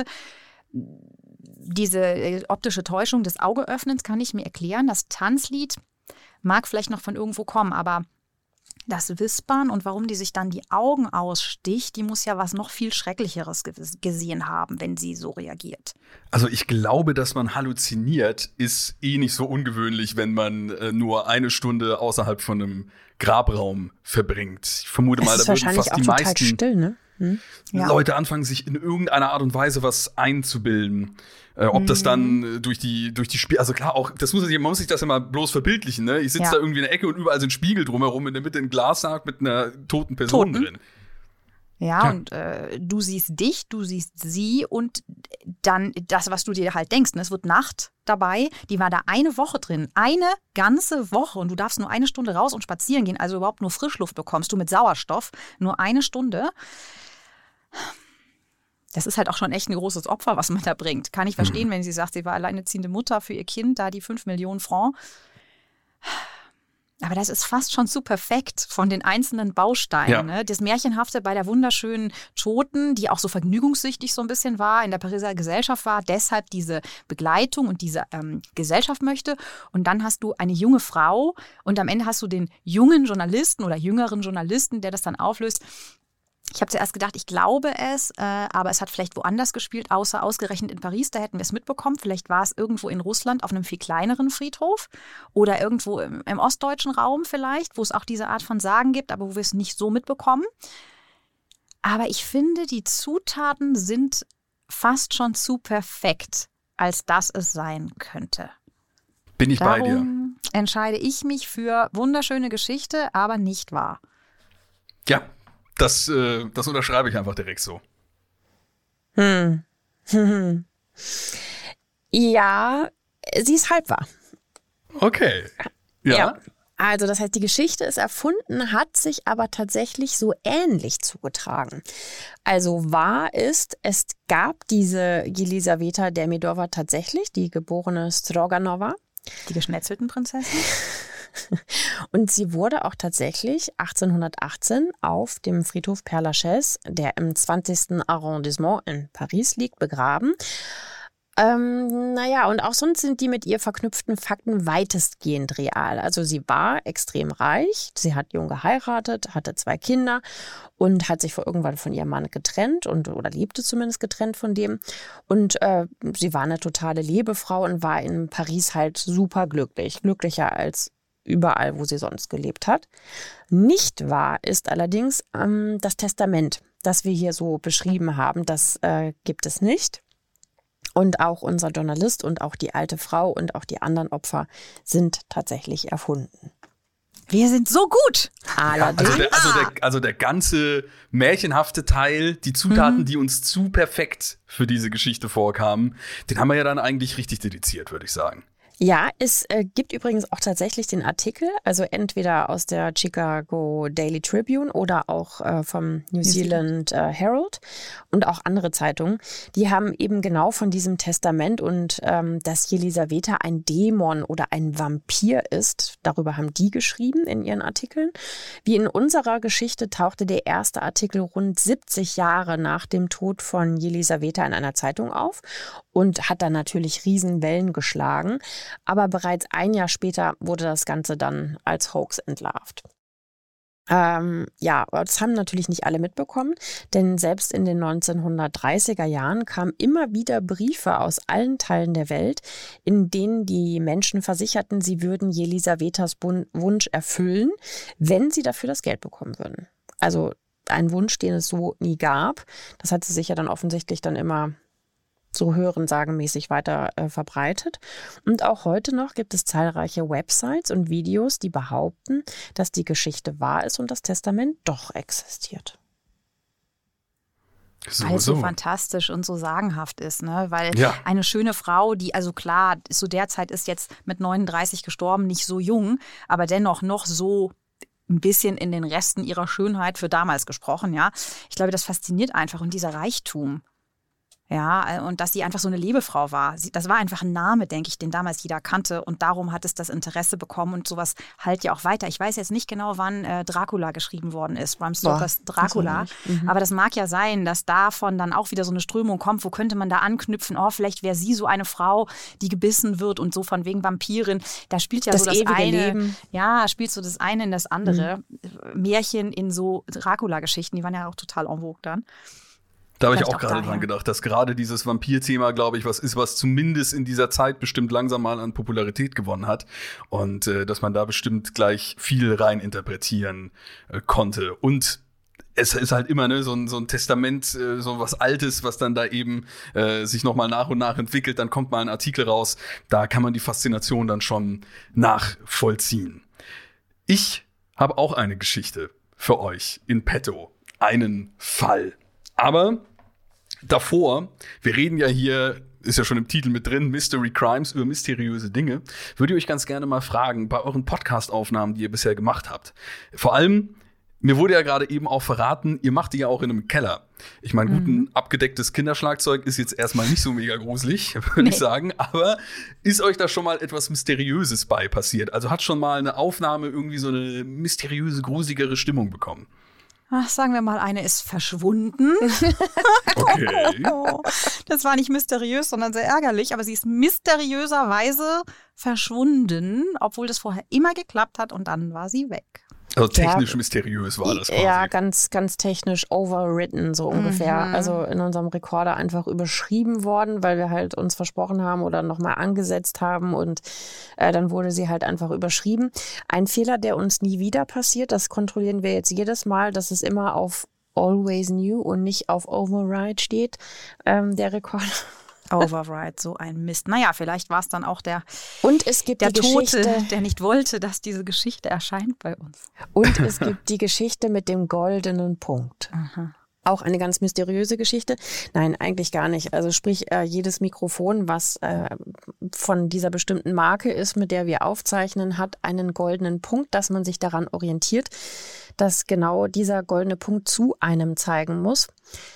diese optische Täuschung des Augeöffnens kann ich mir erklären. Das Tanzlied mag vielleicht noch von irgendwo kommen, aber das Wispern und warum die sich dann die Augen aussticht, die muss ja was noch viel Schrecklicheres gesehen haben, wenn sie so reagiert. Also ich glaube, dass man halluziniert, ist eh nicht so ungewöhnlich, wenn man äh, nur eine Stunde außerhalb von einem Grabraum verbringt. Ich vermute mal, da würden fast die meisten still, ne? hm? Ja. Leute anfangen, sich in irgendeiner Art und Weise was einzubilden. Äh, ob mhm. das dann äh, durch die durch die Spiegel, also klar, auch das muss man sich, man muss sich das immer bloß verbildlichen, ne? Ich sitze Ja. da irgendwie in der Ecke und überall sind Spiegel drumherum, in der Mitte ein Glassarg mit einer toten Person Toten? drin. Ja, Ja. und äh, du siehst dich, du siehst sie und dann das, was du dir halt denkst. Ne? Es wird Nacht dabei. Die war da eine Woche drin. Eine ganze Woche. Und du darfst nur eine Stunde raus und spazieren gehen. Also überhaupt nur Frischluft bekommst du mit Sauerstoff. Nur eine Stunde. Das ist halt auch schon echt ein großes Opfer, was man da bringt. Kann ich verstehen, wenn sie sagt, sie war alleinerziehende Mutter für ihr Kind, da die fünf Millionen Francs. Aber das ist fast schon zu perfekt von den einzelnen Bausteinen. Ja. Ne? Das Märchenhafte bei der wunderschönen Toten, die auch so vergnügungssüchtig so ein bisschen war, in der Pariser Gesellschaft war, deshalb diese Begleitung und diese ähm, Gesellschaft möchte. Und dann hast du eine junge Frau und am Ende hast du den jungen Journalisten oder jüngeren Journalisten, der das dann auflöst. Ich habe zuerst gedacht, ich glaube es, äh, aber es hat vielleicht woanders gespielt, außer ausgerechnet in Paris, da hätten wir es mitbekommen. Vielleicht war es irgendwo in Russland auf einem viel kleineren Friedhof oder irgendwo im, im ostdeutschen Raum vielleicht, wo es auch diese Art von Sagen gibt, aber wo wir es nicht so mitbekommen. Aber ich finde, die Zutaten sind fast schon zu perfekt, als dass es sein könnte. Bin ich Darum bei dir. entscheide ich mich für wunderschöne Geschichte, aber nicht wahr. Ja. Das, äh, das unterschreibe ich einfach direkt so. Hm. Hm. Ja, sie ist halb wahr. Okay. Ja. ja. Also das heißt, die Geschichte ist erfunden, hat sich aber tatsächlich so ähnlich zugetragen. Also wahr ist, es gab diese Jelisaweta Demidova tatsächlich, die geborene Stroganova. Die geschnetzelten Prinzessin? Und sie wurde auch tatsächlich achtzehnhundertachtzehn auf dem Friedhof Père Lachaise, der im zwanzigsten Arrondissement in Paris liegt, begraben. Ähm, naja, und auch sonst sind die mit ihr verknüpften Fakten weitestgehend real. Also sie war extrem reich, sie hat jung geheiratet, hatte zwei Kinder und hat sich vor irgendwann von ihrem Mann getrennt und oder lebte zumindest getrennt von dem. Und äh, sie war eine totale Lebefrau und war in Paris halt super glücklich, glücklicher als überall, wo sie sonst gelebt hat. Nicht wahr ist allerdings ähm, das Testament, das wir hier so beschrieben haben. Das äh, gibt es nicht. Und auch unser Journalist und auch die alte Frau und auch die anderen Opfer sind tatsächlich erfunden. Wir sind so gut. Allerdings. Also der, also, der, also der ganze märchenhafte Teil, die Zutaten, mhm. die uns zu perfekt für diese Geschichte vorkamen, den haben wir ja dann eigentlich richtig dediziert, würde ich sagen. Ja, es äh, gibt übrigens auch tatsächlich den Artikel, also entweder aus der Chicago Daily Tribune oder auch äh, vom New Zealand äh, Herald und auch andere Zeitungen. Die haben eben genau von diesem Testament und ähm, dass Jelisaweta ein Dämon oder ein Vampir ist, darüber haben die geschrieben in ihren Artikeln. Wie in unserer Geschichte tauchte der erste Artikel rund siebzig Jahre nach dem Tod von Jelisaweta in einer Zeitung auf und hat dann natürlich Riesenwellen geschlagen. Aber bereits ein Jahr später wurde das Ganze dann als Hoax entlarvt. Ähm, ja, das haben natürlich nicht alle mitbekommen, denn selbst in den neunzehnhundertdreißiger Jahren kamen immer wieder Briefe aus allen Teilen der Welt, in denen die Menschen versicherten, sie würden Jelisavetas Wunsch erfüllen, wenn sie dafür das Geld bekommen würden. Also ein Wunsch, den es so nie gab. Das hat sie sich ja dann offensichtlich dann immer so hörensagenmäßig weiter äh, verbreitet. Und auch heute noch gibt es zahlreiche Websites und Videos, die behaupten, dass die Geschichte wahr ist und das Testament doch existiert. So, Weil es so so fantastisch und so sagenhaft ist, ne? Weil ja. eine schöne Frau, die, also klar, zu der Zeit ist jetzt mit neununddreißig gestorben, nicht so jung, aber dennoch noch so ein bisschen in den Resten ihrer Schönheit für damals gesprochen, ja. Ich glaube, das fasziniert einfach und dieser Reichtum. Ja, und dass sie einfach so eine Lebefrau war. Sie, das war einfach ein Name, denke ich, den damals jeder kannte. Und darum hat es das Interesse bekommen und sowas halt ja auch weiter. Ich weiß jetzt nicht genau, wann äh, Dracula geschrieben worden ist, Bram Stokers Boah, Dracula. Das mhm. Aber das mag ja sein, dass davon dann auch wieder so eine Strömung kommt. Wo könnte man da anknüpfen? Oh, vielleicht wäre sie so eine Frau, die gebissen wird und so von wegen Vampirin. Da spielt ja das so das ewige eine. Leben. Ja, spielt so das eine in das andere. Mhm. Märchen in so Dracula-Geschichten, die waren ja auch total en vogue dann. Da habe ich auch gerade dran gedacht, dass gerade dieses Vampir-Thema, glaube ich, was ist, was zumindest in dieser Zeit bestimmt langsam mal an Popularität gewonnen hat. Und äh, dass man da bestimmt gleich viel rein interpretieren äh, konnte. Und es ist halt immer ne, so, ein, so ein Testament, äh, so was Altes, was dann da eben äh, sich nochmal nach und nach entwickelt. Dann kommt mal ein Artikel raus. Da kann man die Faszination dann schon nachvollziehen. Ich habe auch eine Geschichte für euch in petto. Einen Fall. Aber davor, wir reden ja hier, ist ja schon im Titel mit drin, Mystery Crimes, über mysteriöse Dinge, würde ich euch ganz gerne mal fragen, bei euren Podcast-Aufnahmen, die ihr bisher gemacht habt. Vor allem, Mir wurde ja gerade eben auch verraten, ihr macht die ja auch in einem Keller. Ich meine, gut, ein abgedecktes Kinderschlagzeug ist jetzt erstmal nicht so mega gruselig, würde nee. ich sagen. Aber ist euch da schon mal etwas Mysteriöses bei passiert? Also hat schon mal eine Aufnahme irgendwie so eine mysteriöse, gruseligere Stimmung bekommen? Ach, sagen wir mal, eine ist verschwunden. Okay. Das war nicht mysteriös, sondern sehr ärgerlich. Aber sie ist mysteriöserweise verschwunden, obwohl das vorher immer geklappt hat und dann war sie weg. Also technisch ja, mysteriös war das quasi. Ja, ganz, ganz technisch overwritten, so ungefähr. Mhm. Also in unserem Rekorder einfach überschrieben worden, weil wir halt uns versprochen haben oder nochmal angesetzt haben und äh, dann wurde sie halt einfach überschrieben. Ein Fehler, der uns nie wieder passiert, das kontrollieren wir jetzt jedes Mal, dass es immer auf Always New und nicht auf Override steht, ähm, der Rekorder. Override, so ein Mist. Naja, vielleicht war es dann auch der, und es gibt der die Tote, Geschichte, der nicht wollte, dass diese Geschichte erscheint bei uns. Und es gibt die Geschichte mit dem goldenen Punkt. Aha. Auch eine ganz mysteriöse Geschichte. Nein, eigentlich gar nicht. Also sprich, äh, jedes Mikrofon, was äh, von dieser bestimmten Marke ist, mit der wir aufzeichnen, hat einen goldenen Punkt, dass man sich daran orientiert, dass genau dieser goldene Punkt zu einem zeigen muss.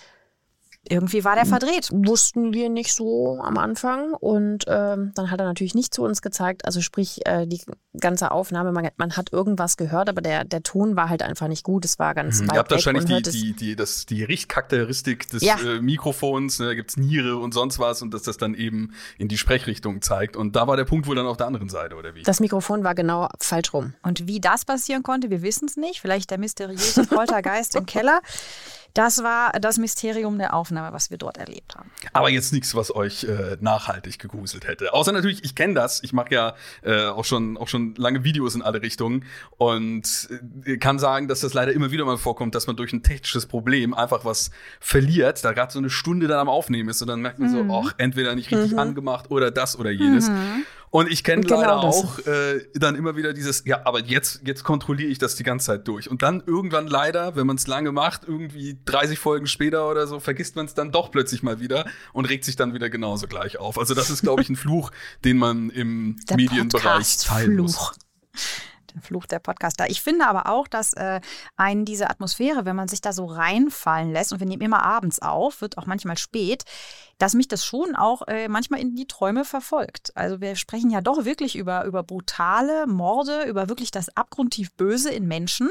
Irgendwie war der verdreht. Wussten wir nicht so am Anfang. Und ähm, dann hat er natürlich nicht zu uns gezeigt. Also sprich, äh, die ganze Aufnahme, man, man hat irgendwas gehört, aber der, der Ton war halt einfach nicht gut. Es war ganz mhm. weit Ihr habt weg wahrscheinlich und die, die, die, das, die Richtcharakteristik des ja. äh, Mikrofons. Ne? Da gibt es Niere und sonst was und dass das dann eben in die Sprechrichtung zeigt. Und da war der Punkt wohl dann auf der anderen Seite, oder wie? Das Mikrofon war genau falsch rum. Und wie das passieren konnte, wir wissen es nicht. Vielleicht der mysteriöse Poltergeist im Keller. Das war das Mysterium der Aufnahme, was wir dort erlebt haben. Aber jetzt nichts, was euch äh, nachhaltig gegruselt hätte. Außer natürlich, ich kenne das. Ich mache ja äh, auch schon auch schon lange Videos in alle Richtungen und äh, kann sagen, dass das leider immer wieder mal vorkommt, dass man durch ein technisches Problem einfach was verliert, da gerade so eine Stunde dann am Aufnehmen ist und dann merkt man mhm. so, ach, entweder nicht richtig mhm. angemacht oder das oder jenes. Mhm. Und ich kenne genau leider das. auch äh, dann immer wieder dieses, ja, aber jetzt, jetzt kontrolliere ich das die ganze Zeit durch. Und dann irgendwann leider, wenn man es lange macht, irgendwie dreißig Folgen später oder so, vergisst man es dann doch plötzlich mal wieder und regt sich dann wieder genauso gleich auf. Also das ist, glaube ich, ein Fluch, den man im Der Medienbereich teilen muss. Der Fluch der Podcaster. Ich finde aber auch, dass äh, einen diese Atmosphäre, wenn man sich da so reinfallen lässt, und wir nehmen immer abends auf, wird auch manchmal spät, dass mich das schon auch äh, manchmal in die Träume verfolgt. Also wir sprechen ja doch wirklich über, über brutale Morde, über wirklich das abgrundtief Böse in Menschen.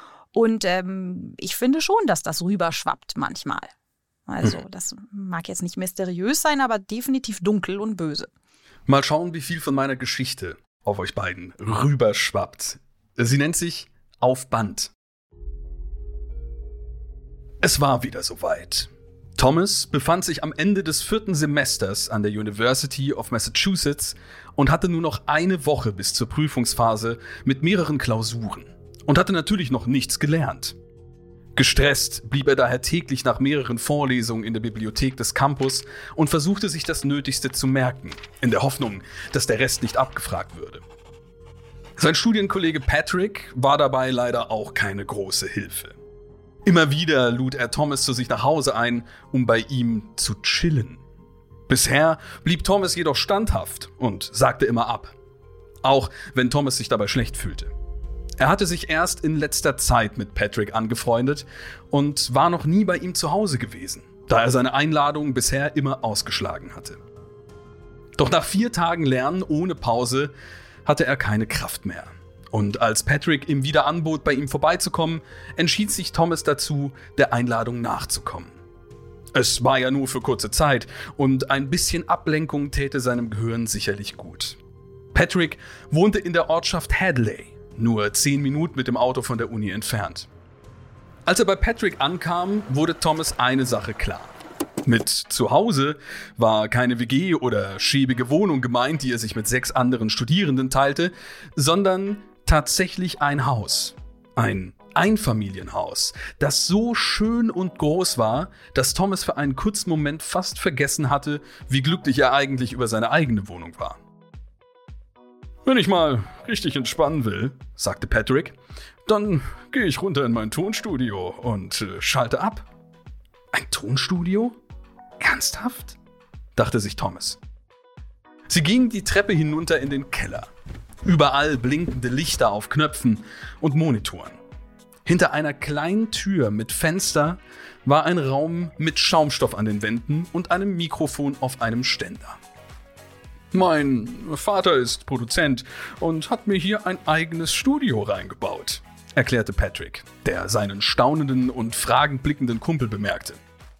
Und ähm, ich finde schon, dass das rüberschwappt manchmal. Also das mag jetzt nicht mysteriös sein, aber definitiv dunkel und böse. Mal schauen, wie viel von meiner Geschichte auf euch beiden rüberschwappt. Sie nennt sich Auf Band. Es war wieder soweit. Thomas befand sich am Ende des vierten Semesters an der University of Massachusetts und hatte nur noch eine Woche bis zur Prüfungsphase mit mehreren Klausuren und hatte natürlich noch nichts gelernt. Gestresst blieb er daher täglich nach mehreren Vorlesungen in der Bibliothek des Campus und versuchte sich das Nötigste zu merken, in der Hoffnung, dass der Rest nicht abgefragt würde. Sein Studienkollege Patrick war dabei leider auch keine große Hilfe. Immer wieder lud er Thomas zu sich nach Hause ein, um bei ihm zu chillen. Bisher blieb Thomas jedoch standhaft und sagte immer ab. Auch wenn Thomas sich dabei schlecht fühlte. Er hatte sich erst in letzter Zeit mit Patrick angefreundet und war noch nie bei ihm zu Hause gewesen, da er seine Einladung bisher immer ausgeschlagen hatte. Doch nach vier Tagen Lernen ohne Pause hatte er keine Kraft mehr. Und als Patrick ihm wieder anbot, bei ihm vorbeizukommen, entschied sich Thomas dazu, der Einladung nachzukommen. Es war ja nur für kurze Zeit und ein bisschen Ablenkung täte seinem Gehirn sicherlich gut. Patrick wohnte in der Ortschaft Hadley, nur zehn Minuten mit dem Auto von der Uni entfernt. Als er bei Patrick ankam, wurde Thomas eine Sache klar. Mit zu Hause war keine W G oder schäbige Wohnung gemeint, die er sich mit sechs anderen Studierenden teilte, sondern tatsächlich ein Haus. Ein Einfamilienhaus, das so schön und groß war, dass Thomas für einen kurzen Moment fast vergessen hatte, wie glücklich er eigentlich über seine eigene Wohnung war. Wenn ich mal richtig entspannen will, sagte Patrick, dann gehe ich runter in mein Tonstudio und äh, schalte ab. Ein Tonstudio? Ernsthaft? Dachte sich Thomas. Sie gingen die Treppe hinunter in den Keller. Überall blinkende Lichter auf Knöpfen und Monitoren. Hinter einer kleinen Tür mit Fenster war ein Raum mit Schaumstoff an den Wänden und einem Mikrofon auf einem Ständer. Mein Vater ist Produzent und hat mir hier ein eigenes Studio reingebaut, erklärte Patrick, der seinen staunenden und fragend blickenden Kumpel bemerkte.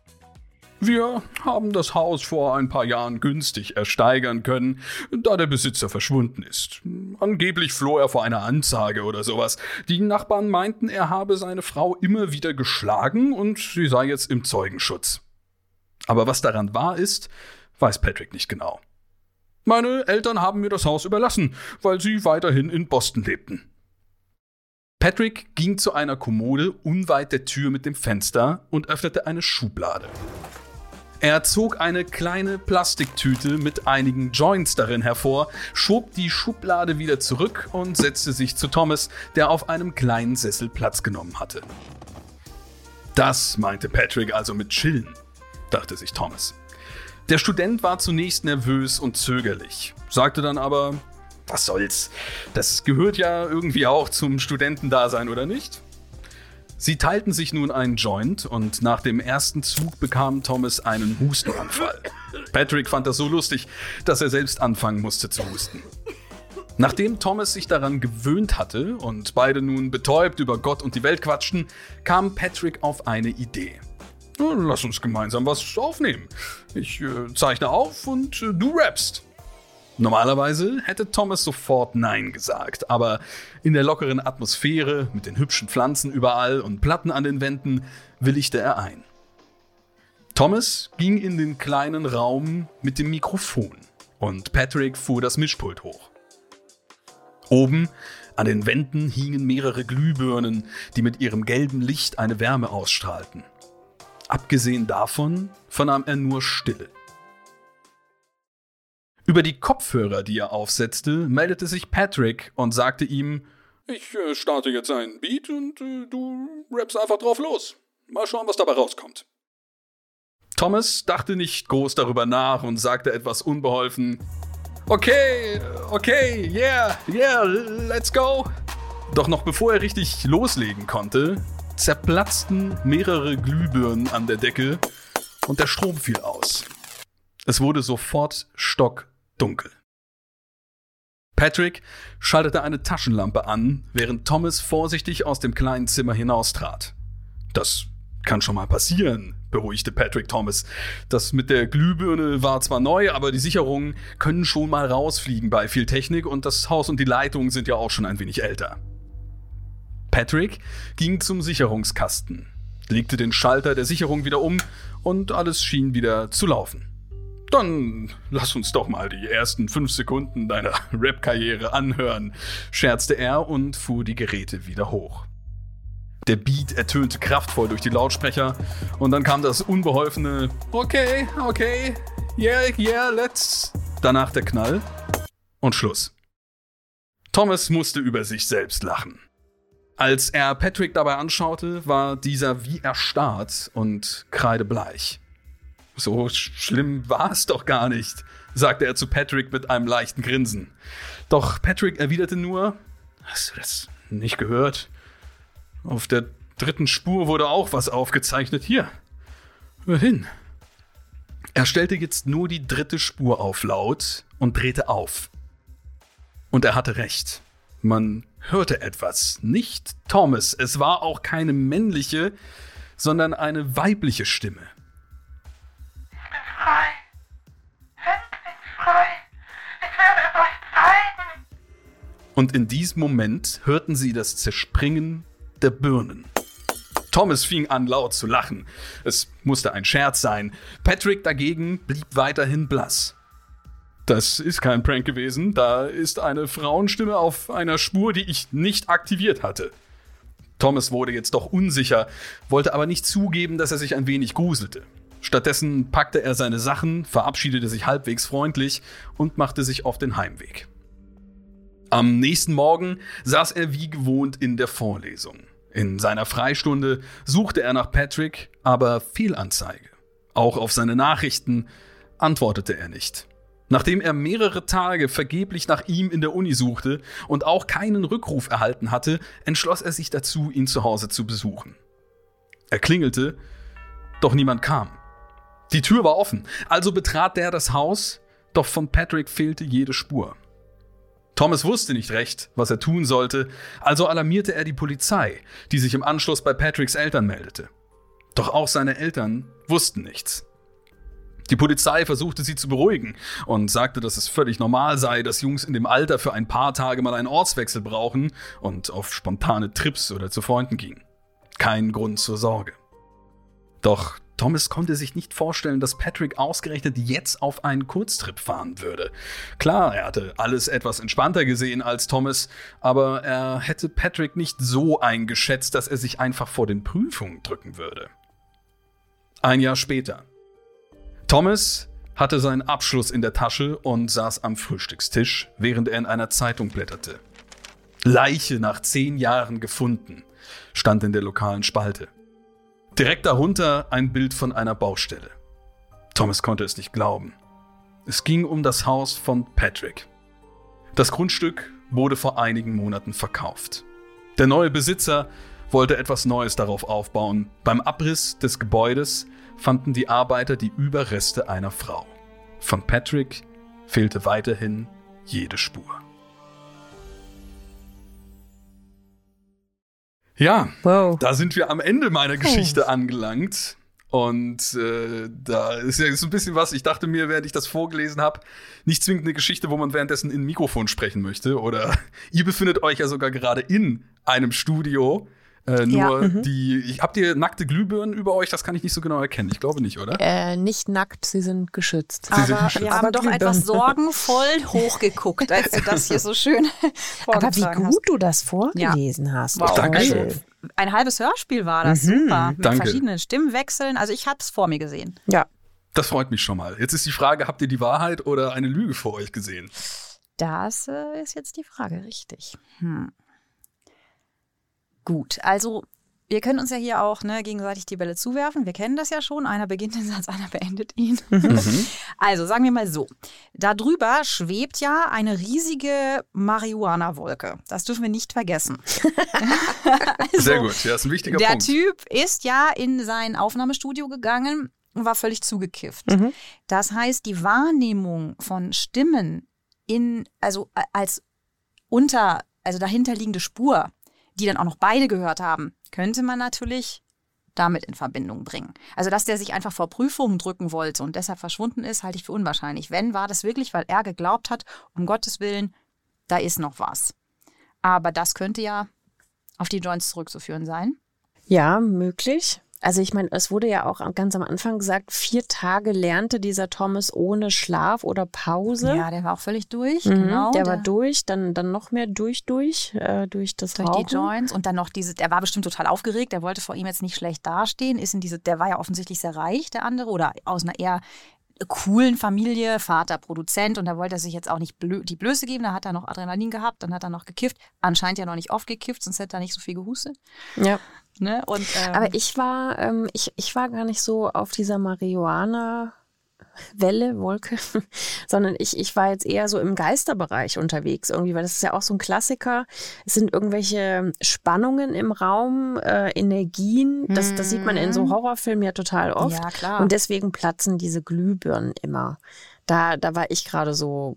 Wir haben das Haus vor ein paar Jahren günstig ersteigern können, da der Besitzer verschwunden ist. Angeblich floh er vor einer Anzeige oder sowas. Die Nachbarn meinten, er habe seine Frau immer wieder geschlagen und sie sei jetzt im Zeugenschutz. Aber was daran wahr ist, weiß Patrick nicht genau. Meine Eltern haben mir das Haus überlassen, weil sie weiterhin in Boston lebten. Patrick ging zu einer Kommode unweit der Tür mit dem Fenster und öffnete eine Schublade. Er zog eine kleine Plastiktüte mit einigen Joints darin hervor, schob die Schublade wieder zurück und setzte sich zu Thomas, der auf einem kleinen Sessel Platz genommen hatte. Das meinte Patrick also mit chillen, dachte sich Thomas. Der Student war zunächst nervös und zögerlich, sagte dann aber, was soll's, das gehört ja irgendwie auch zum Studentendasein, oder nicht? Sie teilten sich nun einen Joint und nach dem ersten Zug bekam Thomas einen Hustenanfall. Patrick fand das so lustig, dass er selbst anfangen musste zu husten. Nachdem Thomas sich daran gewöhnt hatte und beide nun betäubt über Gott und die Welt quatschten, kam Patrick auf eine Idee. Lass uns gemeinsam was aufnehmen. Ich äh, zeichne auf und äh, du rappst. Normalerweise hätte Thomas sofort Nein gesagt, aber in der lockeren Atmosphäre mit den hübschen Pflanzen überall und Platten an den Wänden willigte er ein. Thomas ging in den kleinen Raum mit dem Mikrofon und Patrick fuhr das Mischpult hoch. Oben an den Wänden hingen mehrere Glühbirnen, die mit ihrem gelben Licht eine Wärme ausstrahlten. Abgesehen davon vernahm er nur Stille. Über die Kopfhörer, die er aufsetzte, meldete sich Patrick und sagte ihm, ich äh, starte jetzt einen Beat und äh, du rappst einfach drauf los. Mal schauen, was dabei rauskommt. Thomas dachte nicht groß darüber nach und sagte etwas unbeholfen, okay, okay, yeah, yeah, let's go. Doch noch bevor er richtig loslegen konnte, zerplatzten mehrere Glühbirnen an der Decke und der Strom fiel aus. Es wurde sofort stockdunkel. Patrick schaltete eine Taschenlampe an, während Thomas vorsichtig aus dem kleinen Zimmer hinaustrat. Das kann schon mal passieren, beruhigte Patrick Thomas. Das mit der Glühbirne war zwar neu, aber die Sicherungen können schon mal rausfliegen bei viel Technik und das Haus und die Leitungen sind ja auch schon ein wenig älter. Patrick ging zum Sicherungskasten, legte den Schalter der Sicherung wieder um und alles schien wieder zu laufen. Dann lass uns doch mal die ersten fünf Sekunden deiner Rap-Karriere anhören, scherzte er und fuhr die Geräte wieder hoch. Der Beat ertönte kraftvoll durch die Lautsprecher und dann kam das unbeholfene Okay, okay, yeah, yeah, let's. Danach der Knall und Schluss. Thomas musste über sich selbst lachen. Als er Patrick dabei anschaute, war dieser wie erstarrt und kreidebleich. So sch- schlimm war es doch gar nicht, sagte er zu Patrick mit einem leichten Grinsen. Doch Patrick erwiderte nur, hast du das nicht gehört? Auf der dritten Spur wurde auch was aufgezeichnet. Hier, hör hin. Er stellte jetzt nur die dritte Spur auf laut und drehte auf. Und er hatte recht. Man hörte etwas, nicht Thomas. Es war auch keine männliche, sondern eine weibliche Stimme. Ich bin frei. Endlich frei. Ich werde es euch zeigen. Und in diesem Moment hörten sie das Zerspringen der Birnen. Thomas fing an, laut zu lachen. Es musste ein Scherz sein. Patrick dagegen blieb weiterhin blass. Das ist kein Prank gewesen. Da ist eine Frauenstimme auf einer Spur, die ich nicht aktiviert hatte. Thomas wurde jetzt doch unsicher, wollte aber nicht zugeben, dass er sich ein wenig gruselte. Stattdessen packte er seine Sachen, verabschiedete sich halbwegs freundlich und machte sich auf den Heimweg. Am nächsten Morgen saß er wie gewohnt in der Vorlesung. In seiner Freistunde suchte er nach Patrick, aber Fehlanzeige. Auch auf seine Nachrichten antwortete er nicht. Nachdem er mehrere Tage vergeblich nach ihm in der Uni suchte und auch keinen Rückruf erhalten hatte, entschloss er sich dazu, ihn zu Hause zu besuchen. Er klingelte, doch niemand kam. Die Tür war offen, also betrat der das Haus, doch von Patrick fehlte jede Spur. Thomas wusste nicht recht, was er tun sollte, also alarmierte er die Polizei, die sich im Anschluss bei Patricks Eltern meldete. Doch auch seine Eltern wussten nichts. Die Polizei versuchte sie zu beruhigen und sagte, dass es völlig normal sei, dass Jungs in dem Alter für ein paar Tage mal einen Ortswechsel brauchen und auf spontane Trips oder zu Freunden gingen. Kein Grund zur Sorge. Doch Thomas konnte sich nicht vorstellen, dass Patrick ausgerechnet jetzt auf einen Kurztrip fahren würde. Klar, er hatte alles etwas entspannter gesehen als Thomas, aber er hätte Patrick nicht so eingeschätzt, dass er sich einfach vor den Prüfungen drücken würde. Ein Jahr später. Thomas hatte seinen Abschluss in der Tasche und saß am Frühstückstisch, während er in einer Zeitung blätterte. Leiche nach zehn Jahren gefunden, stand in der lokalen Spalte. Direkt darunter ein Bild von einer Baustelle. Thomas konnte es nicht glauben. Es ging um das Haus von Patrick. Das Grundstück wurde vor einigen Monaten verkauft. Der neue Besitzer wollte etwas Neues darauf aufbauen. Beim Abriss des Gebäudes fanden die Arbeiter die Überreste einer Frau. Von Patrick fehlte weiterhin jede Spur. Ja, wow. Da sind wir am Ende meiner Geschichte oh. angelangt. Und äh, da ist ja so ein bisschen was, ich dachte mir, während ich das vorgelesen habe, nicht zwingend eine Geschichte, wo man währenddessen in ein Mikrofon sprechen möchte. Oder ihr befindet euch ja sogar gerade in einem Studio. Äh, nur ja, mhm. die, ich, habt ihr nackte Glühbirnen über euch? Das kann ich nicht so genau erkennen. Ich glaube nicht, oder? Äh, nicht nackt, sie sind geschützt. Sie aber sind geschützt. Wir haben aber doch etwas sorgenvoll hochgeguckt, als du das hier so schön vorgetragen Aber wie gut hast. Du das vorgelesen ja. hast. Wow. Dankeschön. Ein halbes Hörspiel war das, mhm. super. Mit Danke. Verschiedenen Stimmwechseln. Also ich habe es vor mir gesehen. Ja. Das freut mich schon mal. Jetzt ist die Frage, habt ihr die Wahrheit oder eine Lüge vor euch gesehen? Das äh, ist jetzt die Frage, richtig. Hm. Gut, also wir können uns ja hier auch ne, gegenseitig die Bälle zuwerfen. Wir kennen das ja schon. Einer beginnt den Satz, einer beendet ihn. Mhm. Also sagen wir mal so. Da drüber schwebt ja eine riesige Marihuana-Wolke. Das dürfen wir nicht vergessen. Also, sehr gut, ja, ist ein wichtiger der Punkt. Der Typ ist ja in sein Aufnahmestudio gegangen und war völlig zugekifft. Mhm. Das heißt, die Wahrnehmung von Stimmen in, also als unter, also dahinterliegende Spur, die dann auch noch beide gehört haben, könnte man natürlich damit in Verbindung bringen. Also, dass der sich einfach vor Prüfungen drücken wollte und deshalb verschwunden ist, halte ich für unwahrscheinlich. Wenn, war das wirklich, weil er geglaubt hat, um Gottes Willen, da ist noch was. Aber das könnte ja auf die Joints zurückzuführen sein. Ja, möglich. Also ich meine, es wurde ja auch ganz am Anfang gesagt, vier Tage lernte dieser Thomas ohne Schlaf oder Pause. Ja, der war auch völlig durch. Mhm, genau. Der, der war durch, dann, dann noch mehr durch, durch, äh, durch das Durch Rauchen. die Joints und dann noch diese, der war bestimmt total aufgeregt, der wollte vor ihm jetzt nicht schlecht dastehen, ist in diese, der war ja offensichtlich sehr reich, der andere, oder aus einer eher coolen Familie, Vater Produzent, und da wollte er sich jetzt auch nicht blö- die Blöße geben, da hat er noch Adrenalin gehabt, dann hat er noch gekifft, anscheinend ja noch nicht oft gekifft, sonst hätte er nicht so viel gehustet. Ja. Ne? Und, ähm, aber ich war, ähm, ich, ich war gar nicht so auf dieser Marihuana Welle, Wolke, sondern ich, ich war jetzt eher so im Geisterbereich unterwegs irgendwie, weil das ist ja auch so ein Klassiker. Es sind irgendwelche Spannungen im Raum, äh, Energien, das, das sieht man in so Horrorfilmen ja total oft. Ja, klar. Und deswegen platzen diese Glühbirnen immer. Da, da war ich gerade so,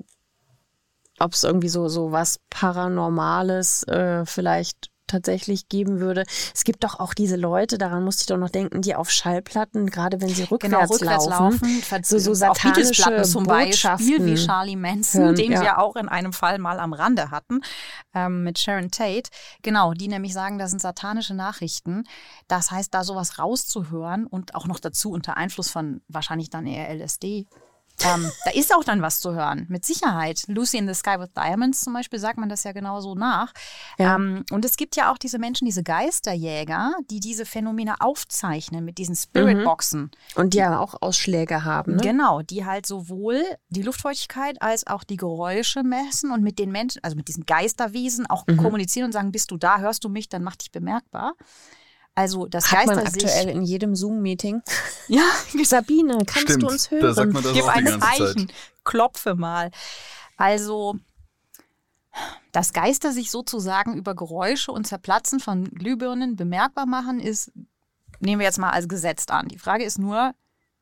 ob es irgendwie so, so was Paranormales äh, vielleicht tatsächlich geben würde. Es gibt doch auch diese Leute, daran musste ich doch noch denken, die auf Schallplatten, gerade wenn sie rückwärts, genau, rückwärts laufen, laufen so, so satanische zum Beispiel, wie Charlie Manson, hören, den ja. wir auch in einem Fall mal am Rande hatten, ähm, mit Sharon Tate. Genau, die nämlich sagen, das sind satanische Nachrichten. Das heißt, da sowas rauszuhören und auch noch dazu unter Einfluss von wahrscheinlich dann eher L S D, Ähm, da ist auch dann was zu hören, mit Sicherheit. Lucy in the Sky with Diamonds zum Beispiel sagt man das ja genauso nach. Ja. Ähm, und es gibt ja auch diese Menschen, diese Geisterjäger, die diese Phänomene aufzeichnen mit diesen Spiritboxen. Mhm. Und die ja auch Ausschläge haben. Ne? Genau, die halt sowohl die Luftfeuchtigkeit als auch die Geräusche messen und mit den Menschen, also mit diesen Geisterwesen auch mhm. kommunizieren und sagen, bist du da, hörst du mich, dann mach dich bemerkbar. Also das Hat man Geister aktuell sich... in jedem Zoom-Meeting. Ja, Sabine, kannst Stimmt, du uns hören? da sagt man das gib auch die ein ganze Zeichen, Zeit. klopfe mal. Also, dass Geister sich sozusagen über Geräusche und Zerplatzen von Glühbirnen bemerkbar machen, ist, nehmen wir jetzt mal als gesetzt an. Die Frage ist nur,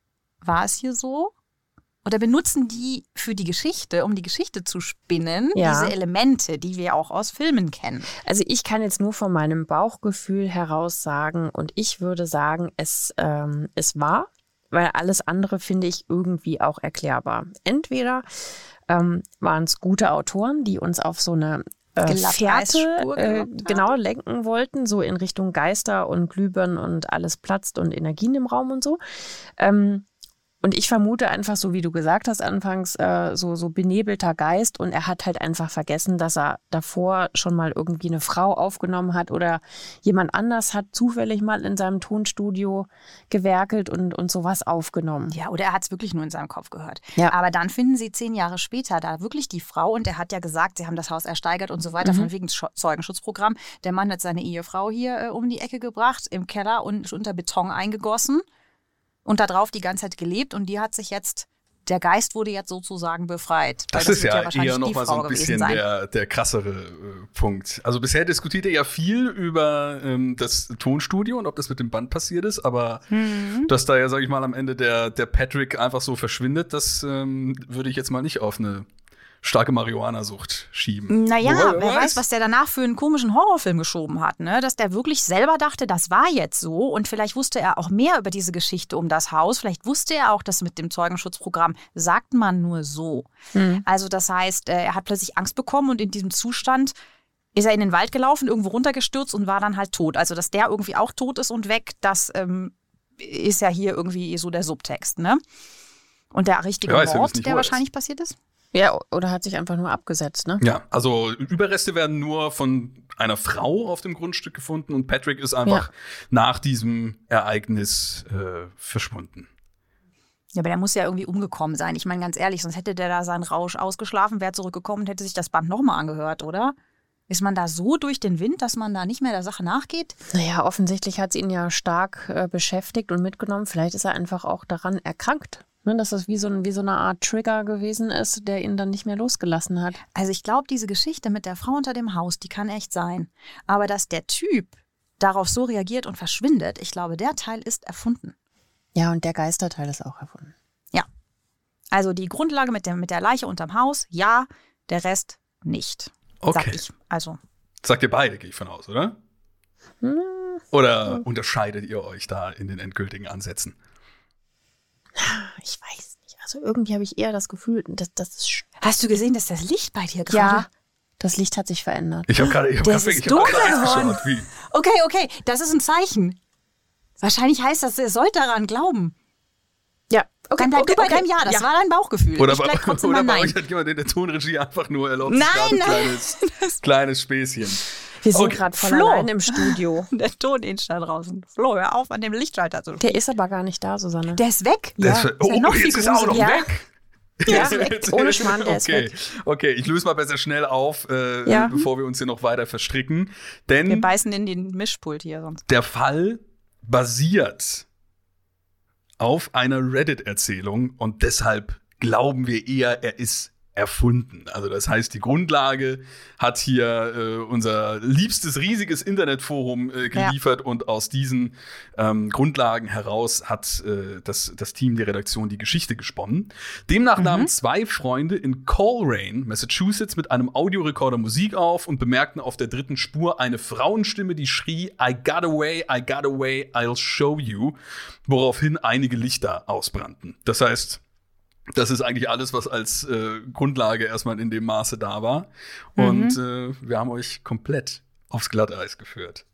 war es hier so? Oder benutzen die für die Geschichte, um die Geschichte zu spinnen, Ja. diese Elemente, die wir auch aus Filmen kennen? Also ich kann jetzt nur von meinem Bauchgefühl heraus sagen und ich würde sagen, es, ähm, es war, weil alles andere finde ich irgendwie auch erklärbar. Entweder ähm, waren es gute Autoren, die uns auf so eine äh, Fährte Glatteisspur äh, gelockt genau lenken wollten, so in Richtung Geister und Glühbirnen und alles platzt und Energien im Raum und so. Ähm, Und ich vermute einfach, so wie du gesagt hast anfangs, äh, so, so benebelter Geist und er hat halt einfach vergessen, dass er davor schon mal irgendwie eine Frau aufgenommen hat oder jemand anders hat zufällig mal in seinem Tonstudio gewerkelt und, und sowas aufgenommen. Ja, oder er hat es wirklich nur in seinem Kopf gehört. Ja. Aber dann finden sie zehn Jahre später da wirklich die Frau und er hat ja gesagt, sie haben das Haus ersteigert und so weiter, Mhm. von wegen Scho- Zeugenschutzprogramm. Der Mann hat seine Ehefrau hier äh, um die Ecke gebracht, im Keller und unter Beton eingegossen und da drauf die ganze Zeit gelebt und die hat sich jetzt, der Geist wurde jetzt sozusagen befreit. Weil Das, ist wird ja, wahrscheinlich eher die nochmal so Frau ein gewesen bisschen sein. der, der krassere äh, Punkt. Also bisher diskutiert er ja viel über ähm, das Tonstudio und ob das mit dem Band passiert ist, aber Mhm. dass da ja, sag ich mal, am Ende der, der Patrick einfach so verschwindet, das ähm, würde ich jetzt mal nicht auf eine starke Marihuana-Sucht schieben. Naja, Wobei, wer weiß, was der danach für einen komischen Horrorfilm geschoben hat, ne? Dass der wirklich selber dachte, das war jetzt so und vielleicht wusste er auch mehr über diese Geschichte um das Haus. Vielleicht wusste er auch, dass mit dem Zeugenschutzprogramm sagt man nur so. Mhm. Also das heißt, äh, er hat plötzlich Angst bekommen und in diesem Zustand ist er in den Wald gelaufen, irgendwo runtergestürzt und war dann halt tot. Also dass der irgendwie auch tot ist und weg, das ähm, ist ja hier irgendwie so der Subtext, ne? Und der richtige Ja, weiß, wir Mord, wissen nicht, der wo er ist. wahrscheinlich passiert ist? Ja, oder hat sich einfach nur abgesetzt, ne? Ja, also Überreste werden nur von einer Frau auf dem Grundstück gefunden und Patrick ist einfach Ja. nach diesem Ereignis äh, verschwunden. Ja, aber der muss ja irgendwie umgekommen sein. Ich meine, ganz ehrlich, sonst hätte der da seinen Rausch ausgeschlafen, wäre zurückgekommen und hätte sich das Band nochmal angehört, oder? Ist man da so durch den Wind, dass man da nicht mehr der Sache nachgeht? Naja, offensichtlich hat es ihn ja stark äh, beschäftigt und mitgenommen. Vielleicht ist er einfach auch daran erkrankt. Ne, dass das wie so, ein, wie so eine Art Trigger gewesen ist, der ihn dann nicht mehr losgelassen hat. Also ich glaube, diese Geschichte mit der Frau unter dem Haus, die kann echt sein. Aber dass der Typ darauf so reagiert und verschwindet, ich glaube, der Teil ist erfunden. Ja, und der Geisterteil ist auch erfunden. Ja. Also die Grundlage mit der, mit der Leiche unterm Haus, ja, der Rest nicht. Sag Okay. ich. Also, Sagt ihr beide, gehe ich von aus, oder? Hm. Oder unterscheidet ihr euch da in den endgültigen Ansätzen? Ich weiß nicht. Also irgendwie habe ich eher das Gefühl, dass das ist. sch- hast du gesehen, dass das Licht bei dir gerade... Ja, das Licht hat sich verändert. Ich habe gerade ich hab Das grad ist wirklich- ich hab dunkel grad geworden. geschaut, wie. Okay, okay, das ist ein Zeichen. Wahrscheinlich heißt das, ihr sollt daran glauben. Ja, okay. Dann bleib okay, du bei okay. deinem Ja, das ja. war dein Bauchgefühl. Oder, ich bei, bleib trotzdem oder mal bei Nein. euch hat jemand in der Tonregie einfach nur erlaubt, Nein, sich gerade ein nein. kleines, kleines Späßchen. Wir sind Okay. gerade voll Flo. allein im Studio. Der Ton ist da draußen. Flo, hör auf, an dem Lichtschalter zu Der ist aber gar nicht da, Susanne. Der ist weg. Ja. Das, Ist oh, ja noch viel jetzt ist er auch noch gruseliger. weg. Der ist weg. Ohne Schmarrn, der ist okay. weg. Okay, ich löse mal besser schnell auf, äh, Ja. bevor wir uns hier noch weiter verstricken. Wir Denn beißen in den Mischpult hier sonst. der Fall basiert auf einer Reddit-Erzählung und deshalb glauben wir eher, er ist erfunden. Also das heißt, die Grundlage hat hier äh, unser liebstes riesiges Internetforum äh, geliefert und aus diesen ähm, Grundlagen heraus hat äh, das, das Team der Redaktion die Geschichte gesponnen. Demnach Mhm. nahmen zwei Freunde in Coleraine, Massachusetts, mit einem Audiorekorder Musik auf und bemerkten auf der dritten Spur eine Frauenstimme, die schrie, I got away, I got away, I'll show you, woraufhin einige Lichter ausbrannten. Das heißt, das ist eigentlich alles, was als äh, Grundlage erstmal in dem Maße da war. Und äh, wir haben euch komplett aufs Glatteis geführt.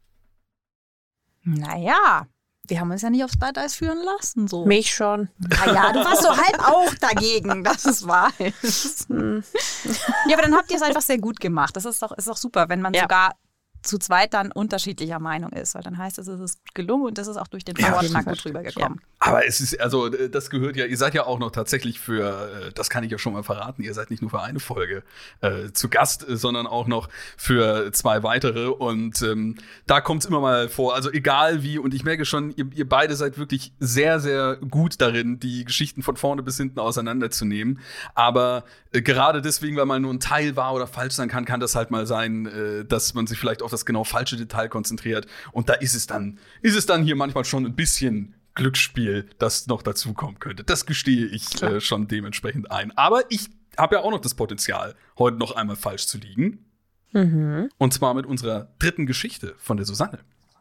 Naja, wir haben uns ja nicht aufs Glatteis führen lassen. So. Mich schon. Naja, du warst so halb auch dagegen, dass es wahr ist. Hm. Ja, aber dann habt ihr es einfach sehr gut gemacht. Das ist doch, ist doch super, wenn man Ja. sogar zu zweit dann unterschiedlicher Meinung ist, weil dann heißt es, es ist gut gelungen und das ist auch durch den Ja, Vortrag stimmt. gut drüber gekommen. Ja. Aber es ist, also das gehört ja, ihr seid ja auch noch tatsächlich für, das kann ich ja schon mal verraten, ihr seid nicht nur für eine Folge äh, zu Gast, sondern auch noch für zwei weitere und ähm, da kommt es immer mal vor, also egal wie, und ich merke schon, ihr, ihr beide seid wirklich sehr, sehr gut darin, die Geschichten von vorne bis hinten auseinanderzunehmen, aber äh, gerade deswegen, weil man nur ein Teil wahr oder falsch sein kann, kann das halt mal sein, äh, dass man sich vielleicht auf das genau falsche Detail konzentriert und da ist es dann, ist es dann hier manchmal schon ein bisschen Glücksspiel, das noch dazukommen könnte. Das gestehe ich äh, schon dementsprechend ein. Aber ich habe ja auch noch das Potenzial, heute noch einmal falsch zu liegen. Mhm. Und zwar mit unserer dritten Geschichte von der Susanne.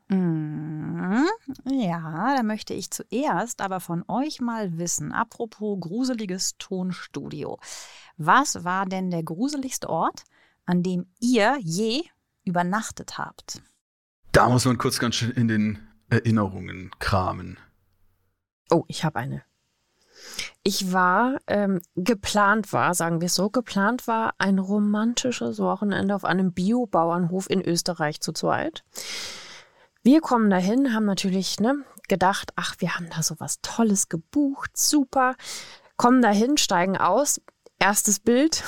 Mhm. Ja, da möchte ich zuerst aber von euch mal wissen, apropos gruseliges Tonstudio. Was war denn der gruseligste Ort, an dem ihr je übernachtet habt? Da muss man kurz ganz schön in den Erinnerungen kramen. Oh, ich habe eine. Ich war, ähm, geplant war, sagen wir es so, geplant war ein romantisches Wochenende auf einem Biobauernhof in Österreich zu zweit. Wir kommen dahin, haben natürlich ne, gedacht, ach, wir haben da so was Tolles gebucht, super. Kommen dahin, steigen aus. Erstes Bild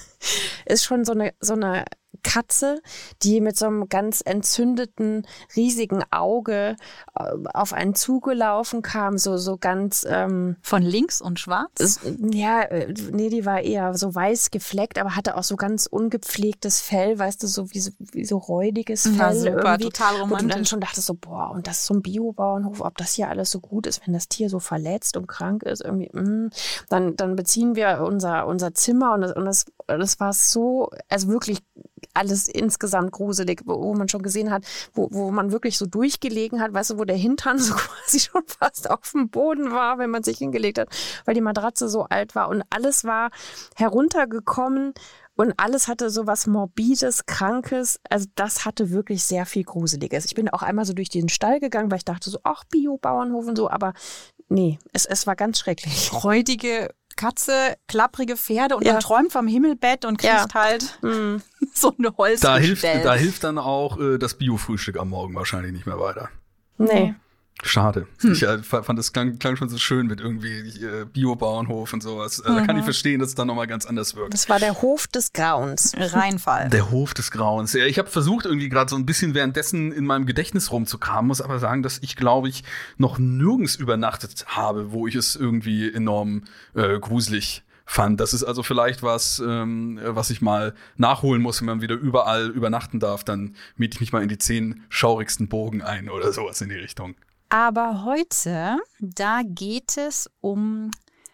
ist schon so eine, so eine Katze, die mit so einem ganz entzündeten, riesigen Auge auf einen zugelaufen kam, so, so ganz ähm, Von links und schwarz? ist, ja, nee, die war eher so weiß gefleckt, aber hatte auch so ganz ungepflegtes Fell, weißt du, so wie so, wie so räudiges Fell. Ja, super, irgendwie. total Wo du dann romantisch. schon dachtest so, boah, und das ist so ein Biobauernhof, ob das hier alles so gut ist, wenn das Tier so verletzt und krank ist, irgendwie, mh. dann, dann beziehen wir unser, unser Zimmer und das, und das, das war so, also wirklich alles insgesamt gruselig, wo, wo man schon gesehen hat, wo, wo man wirklich so durchgelegen hat, weißt du, wo der Hintern so quasi schon fast auf dem Boden war, wenn man sich hingelegt hat, weil die Matratze so alt war und alles war heruntergekommen und alles hatte so was Morbides, Krankes, also das hatte wirklich sehr viel Gruseliges. Ich bin auch einmal so durch den Stall gegangen, weil ich dachte so, ach, Bio-Bauernhof und so, aber nee, es, es war ganz schrecklich. Räudige Katze, klapprige Pferde und Ja. man träumt vom Himmelbett und kriegt Ja. halt Mm. so eine Holz. Da hilft, da hilft dann auch äh, das Bio-Frühstück am Morgen wahrscheinlich nicht mehr weiter. Nee. Schade. Ich äh, fand, das klang, klang schon so schön mit irgendwie äh, Bio-Bauernhof und sowas. Äh, Da kann ich verstehen, dass es dann nochmal ganz anders wirkt. Das war der Hof des Grauens. Reinfall. Der Hof des Grauens. Ja, ich habe versucht, irgendwie gerade so ein bisschen währenddessen in meinem Gedächtnis rumzukramen, muss aber sagen, dass ich, glaube ich, noch nirgends übernachtet habe, wo ich es irgendwie enorm äh, gruselig fand. Das ist also vielleicht was, ähm, was ich mal nachholen muss, wenn man wieder überall übernachten darf. Dann miete ich mich mal in die zehn schaurigsten Burgen ein oder sowas in die Richtung. Aber heute, da geht es um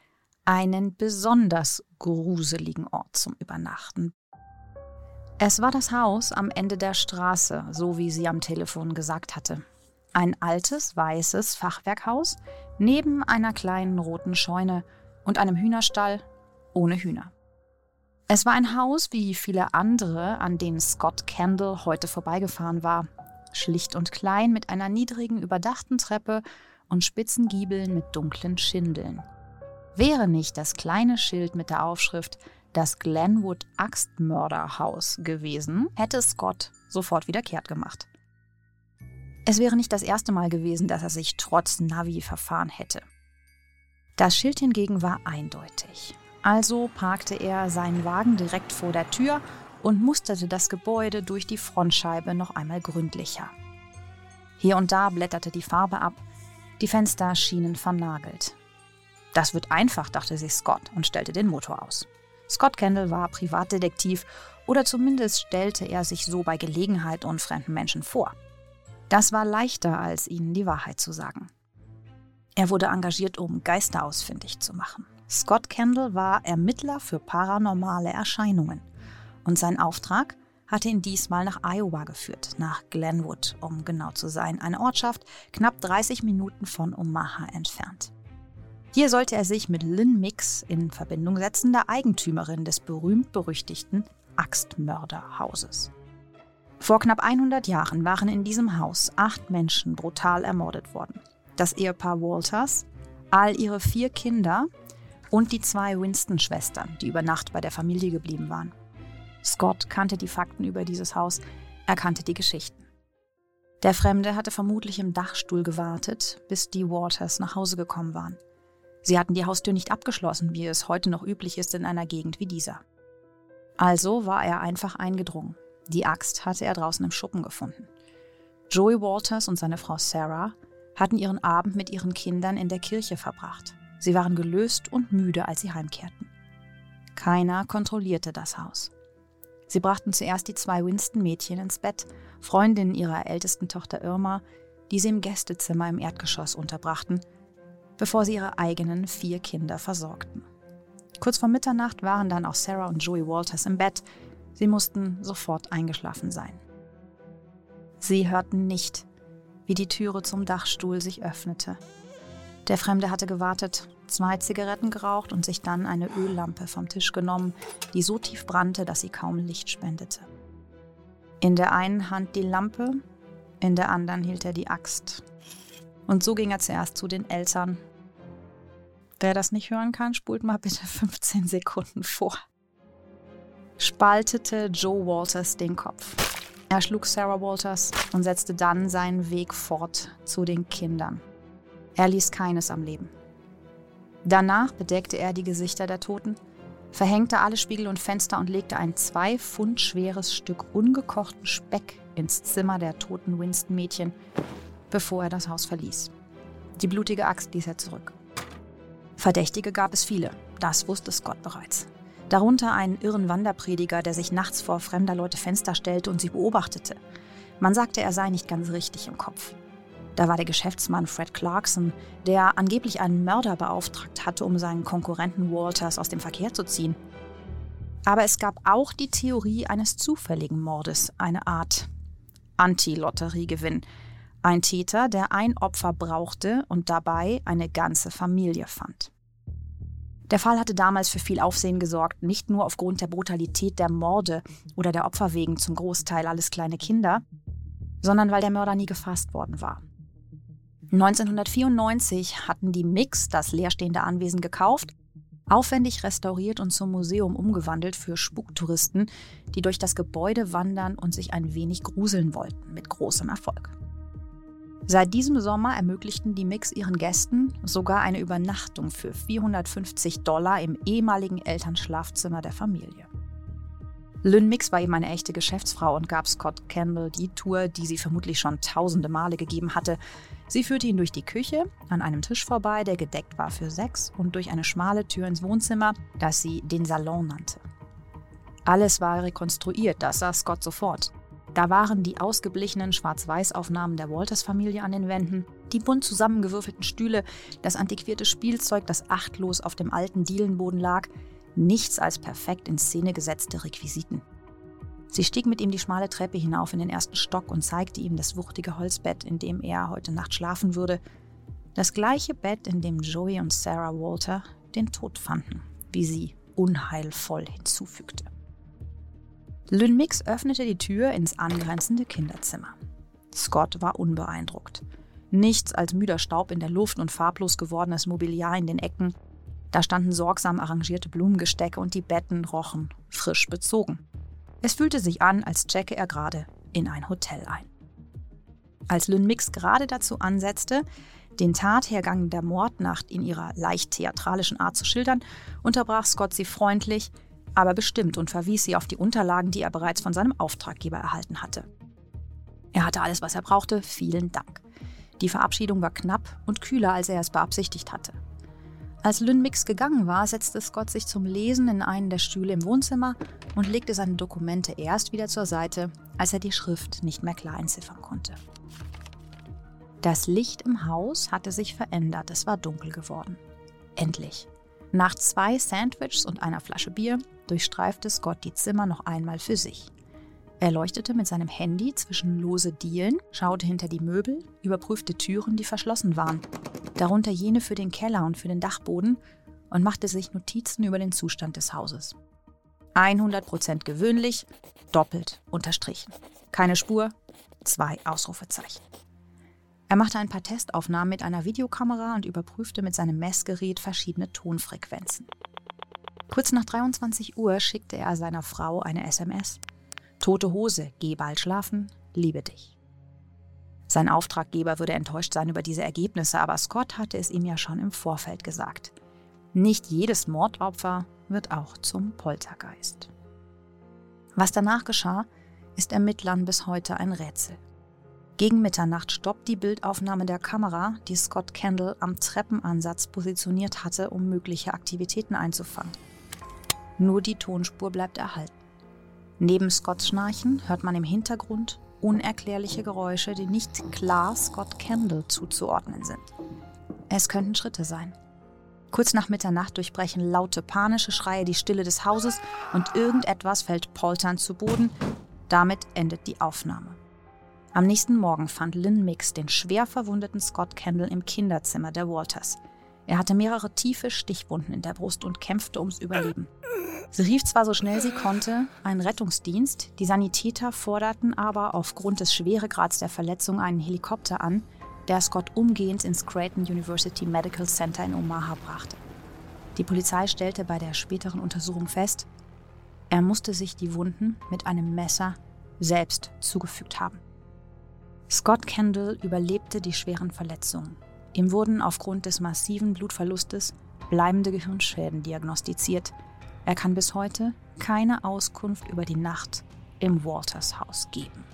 einen besonders gruseligen Ort zum Übernachten. Es war das Haus am Ende der Straße, so wie sie am Telefon gesagt hatte. Ein altes, weißes Fachwerkhaus neben einer kleinen roten Scheune und einem Hühnerstall ohne Hühner. Es war ein Haus wie viele andere, an denen Scott Kendall heute vorbeigefahren war. Schlicht und klein mit einer niedrigen, überdachten Treppe und spitzen Giebeln mit dunklen Schindeln. Wäre nicht das kleine Schild mit der Aufschrift das Glenwood Axtmörderhaus gewesen, hätte Scott sofort wieder kehrt gemacht. Es wäre nicht das erste Mal gewesen, dass er sich trotz Navi verfahren hätte. Das Schild hingegen war eindeutig. Also parkte er seinen Wagen direkt vor der Tür und musterte das Gebäude durch die Frontscheibe noch einmal gründlicher. Hier und da blätterte die Farbe ab, die Fenster schienen vernagelt. Das wird einfach, dachte sich Scott und stellte den Motor aus. Scott Kendall war Privatdetektiv oder zumindest stellte er sich so bei Gelegenheit unfremden Menschen vor. Das war leichter, als ihnen die Wahrheit zu sagen. Er wurde engagiert, um Geister ausfindig zu machen. Scott Kendall war Ermittler für paranormale Erscheinungen. Und sein Auftrag hatte ihn diesmal nach Iowa geführt, nach Glenwood, um genau zu sein, eine Ortschaft knapp dreißig Minuten von Omaha entfernt. Hier sollte er sich mit Lynn Mix in Verbindung setzen, der Eigentümerin des berühmt-berüchtigten Axtmörderhauses. Vor knapp hundert Jahren waren in diesem Haus acht Menschen brutal ermordet worden. Das Ehepaar Walters, all ihre vier Kinder und die zwei Winston-Schwestern, die über Nacht bei der Familie geblieben waren. Scott kannte die Fakten über dieses Haus. Er kannte die Geschichten. Der Fremde hatte vermutlich im Dachstuhl gewartet, bis die Walters nach Hause gekommen waren. Sie hatten die Haustür nicht abgeschlossen, wie es heute noch üblich ist in einer Gegend wie dieser. Also war er einfach eingedrungen. Die Axt hatte er draußen im Schuppen gefunden. Joey Walters und seine Frau Sarah hatten ihren Abend mit ihren Kindern in der Kirche verbracht. Sie waren gelöst und müde, als sie heimkehrten. Keiner kontrollierte das Haus. Sie brachten zuerst die zwei Winston-Mädchen ins Bett, Freundinnen ihrer ältesten Tochter Irma, die sie im Gästezimmer im Erdgeschoss unterbrachten, bevor sie ihre eigenen vier Kinder versorgten. Kurz vor Mitternacht waren dann auch Sarah und Joey Walters im Bett. Sie mussten sofort eingeschlafen sein. Sie hörten nicht, wie die Türe zum Dachstuhl sich öffnete. Der Fremde hatte gewartet, zwei Zigaretten geraucht und sich dann eine Öllampe vom Tisch genommen, die so tief brannte, dass sie kaum Licht spendete. In der einen Hand die Lampe, in der anderen hielt er die Axt. Und so ging er zuerst zu den Eltern. Wer das nicht hören kann, spult mal bitte fünfzehn Sekunden vor. Spaltete Joe Walters den Kopf. Er schlug Sarah Walters und setzte dann seinen Weg fort zu den Kindern. Er ließ keines am Leben. Danach bedeckte er die Gesichter der Toten, verhängte alle Spiegel und Fenster und legte ein zwei Pfund schweres Stück ungekochten Speck ins Zimmer der toten Winston-Mädchen, bevor er das Haus verließ. Die blutige Axt ließ er zurück. Verdächtige gab es viele, das wusste Scott bereits. Darunter einen irren Wanderprediger, der sich nachts vor fremder Leute Fenster stellte und sie beobachtete. Man sagte, er sei nicht ganz richtig im Kopf. Da war der Geschäftsmann Fred Clarkson, der angeblich einen Mörder beauftragt hatte, um seinen Konkurrenten Walters aus dem Verkehr zu ziehen. Aber es gab auch die Theorie eines zufälligen Mordes, eine Art Anti-Lotteriegewinn. Ein Täter, der ein Opfer brauchte und dabei eine ganze Familie fand. Der Fall hatte damals für viel Aufsehen gesorgt, nicht nur aufgrund der Brutalität der Morde oder der Opfer wegen zum Großteil alles kleine Kinder, sondern weil der Mörder nie gefasst worden war. neunzehnhundertvierundneunzig hatten die Micks das leerstehende Anwesen gekauft, aufwendig restauriert und zum Museum umgewandelt für Spuktouristen, die durch das Gebäude wandern und sich ein wenig gruseln wollten, mit großem Erfolg. Seit diesem Sommer ermöglichten die Micks ihren Gästen sogar eine Übernachtung für vierhundertfünfzig Dollar im ehemaligen Elternschlafzimmer der Familie. Lynn Mix war eben eine echte Geschäftsfrau und gab Scott Kendall die Tour, die sie vermutlich schon tausende Male gegeben hatte. Sie führte ihn durch die Küche, an einem Tisch vorbei, der gedeckt war für sechs, und durch eine schmale Tür ins Wohnzimmer, das sie den Salon nannte. Alles war rekonstruiert, das sah Scott sofort. Da waren die ausgeblichenen Schwarz-Weiß-Aufnahmen der Walters-Familie an den Wänden, die bunt zusammengewürfelten Stühle, das antiquierte Spielzeug, das achtlos auf dem alten Dielenboden lag, nichts als perfekt in Szene gesetzte Requisiten. Sie stieg mit ihm die schmale Treppe hinauf in den ersten Stock und zeigte ihm das wuchtige Holzbett, in dem er heute Nacht schlafen würde. Das gleiche Bett, in dem Joey und Sarah Walter den Tod fanden, wie sie unheilvoll hinzufügte. Lynn Mix öffnete die Tür ins angrenzende Kinderzimmer. Scott war unbeeindruckt. Nichts als müder Staub in der Luft und farblos gewordenes Mobiliar in den Ecken. Da standen sorgsam arrangierte Blumengestecke und die Betten rochen frisch bezogen. Es fühlte sich an, als checke er gerade in ein Hotel ein. Als Lynn Mix gerade dazu ansetzte, den Tathergang der Mordnacht in ihrer leicht theatralischen Art zu schildern, unterbrach Scott sie freundlich, aber bestimmt und verwies sie auf die Unterlagen, die er bereits von seinem Auftraggeber erhalten hatte. Er hatte alles, was er brauchte, vielen Dank. Die Verabschiedung war knapp und kühler, als er es beabsichtigt hatte. Als Lynn Mix gegangen war, setzte Scott sich zum Lesen in einen der Stühle im Wohnzimmer und legte seine Dokumente erst wieder zur Seite, als er die Schrift nicht mehr klar entziffern konnte. Das Licht im Haus hatte sich verändert, es war dunkel geworden. Endlich. Nach zwei Sandwiches und einer Flasche Bier durchstreifte Scott die Zimmer noch einmal für sich. Er leuchtete mit seinem Handy zwischen lose Dielen, schaute hinter die Möbel, überprüfte Türen, die verschlossen waren, darunter jene für den Keller und für den Dachboden, und machte sich Notizen über den Zustand des Hauses. hundert Prozent gewöhnlich, doppelt unterstrichen. Keine Spur, zwei Ausrufezeichen. Er machte ein paar Testaufnahmen mit einer Videokamera und überprüfte mit seinem Messgerät verschiedene Tonfrequenzen. Kurz nach dreiundzwanzig Uhr schickte er seiner Frau eine S M S. Tote Hose, geh bald schlafen, liebe dich. Sein Auftraggeber würde enttäuscht sein über diese Ergebnisse, aber Scott hatte es ihm ja schon im Vorfeld gesagt. Nicht jedes Mordopfer wird auch zum Poltergeist. Was danach geschah, ist Ermittlern bis heute ein Rätsel. Gegen Mitternacht stoppt die Bildaufnahme der Kamera, die Scott Kendall am Treppenansatz positioniert hatte, um mögliche Aktivitäten einzufangen. Nur die Tonspur bleibt erhalten. Neben Scotts Schnarchen hört man im Hintergrund unerklärliche Geräusche, die nicht klar Scott Kendall zuzuordnen sind. Es könnten Schritte sein. Kurz nach Mitternacht durchbrechen laute panische Schreie die Stille des Hauses und irgendetwas fällt polternd zu Boden. Damit endet die Aufnahme. Am nächsten Morgen fand Lynn Mix den schwer verwundeten Scott Kendall im Kinderzimmer der Walters. Er hatte mehrere tiefe Stichwunden in der Brust und kämpfte ums Überleben. Sie rief zwar so schnell sie konnte einen Rettungsdienst, die Sanitäter forderten aber aufgrund des Schweregrads der Verletzung einen Helikopter an, der Scott umgehend ins Creighton University Medical Center in Omaha brachte. Die Polizei stellte bei der späteren Untersuchung fest, er musste sich die Wunden mit einem Messer selbst zugefügt haben. Scott Kendall überlebte die schweren Verletzungen. Ihm wurden aufgrund des massiven Blutverlustes bleibende Gehirnschäden diagnostiziert. Er kann bis heute keine Auskunft über die Nacht im Walters Haus geben.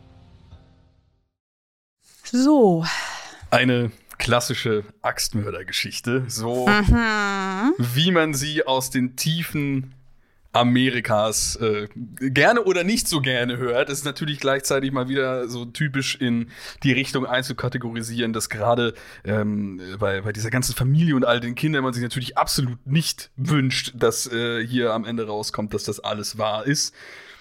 So. Eine klassische Axtmördergeschichte, so Mhm. wie man sie aus den Tiefen Amerikas äh, gerne oder nicht so gerne hört. Es ist natürlich gleichzeitig mal wieder so typisch in die Richtung einzukategorisieren, dass gerade ähm, bei, bei dieser ganzen Familie und all den Kindern man sich natürlich absolut nicht wünscht, dass äh, hier am Ende rauskommt, dass das alles wahr ist.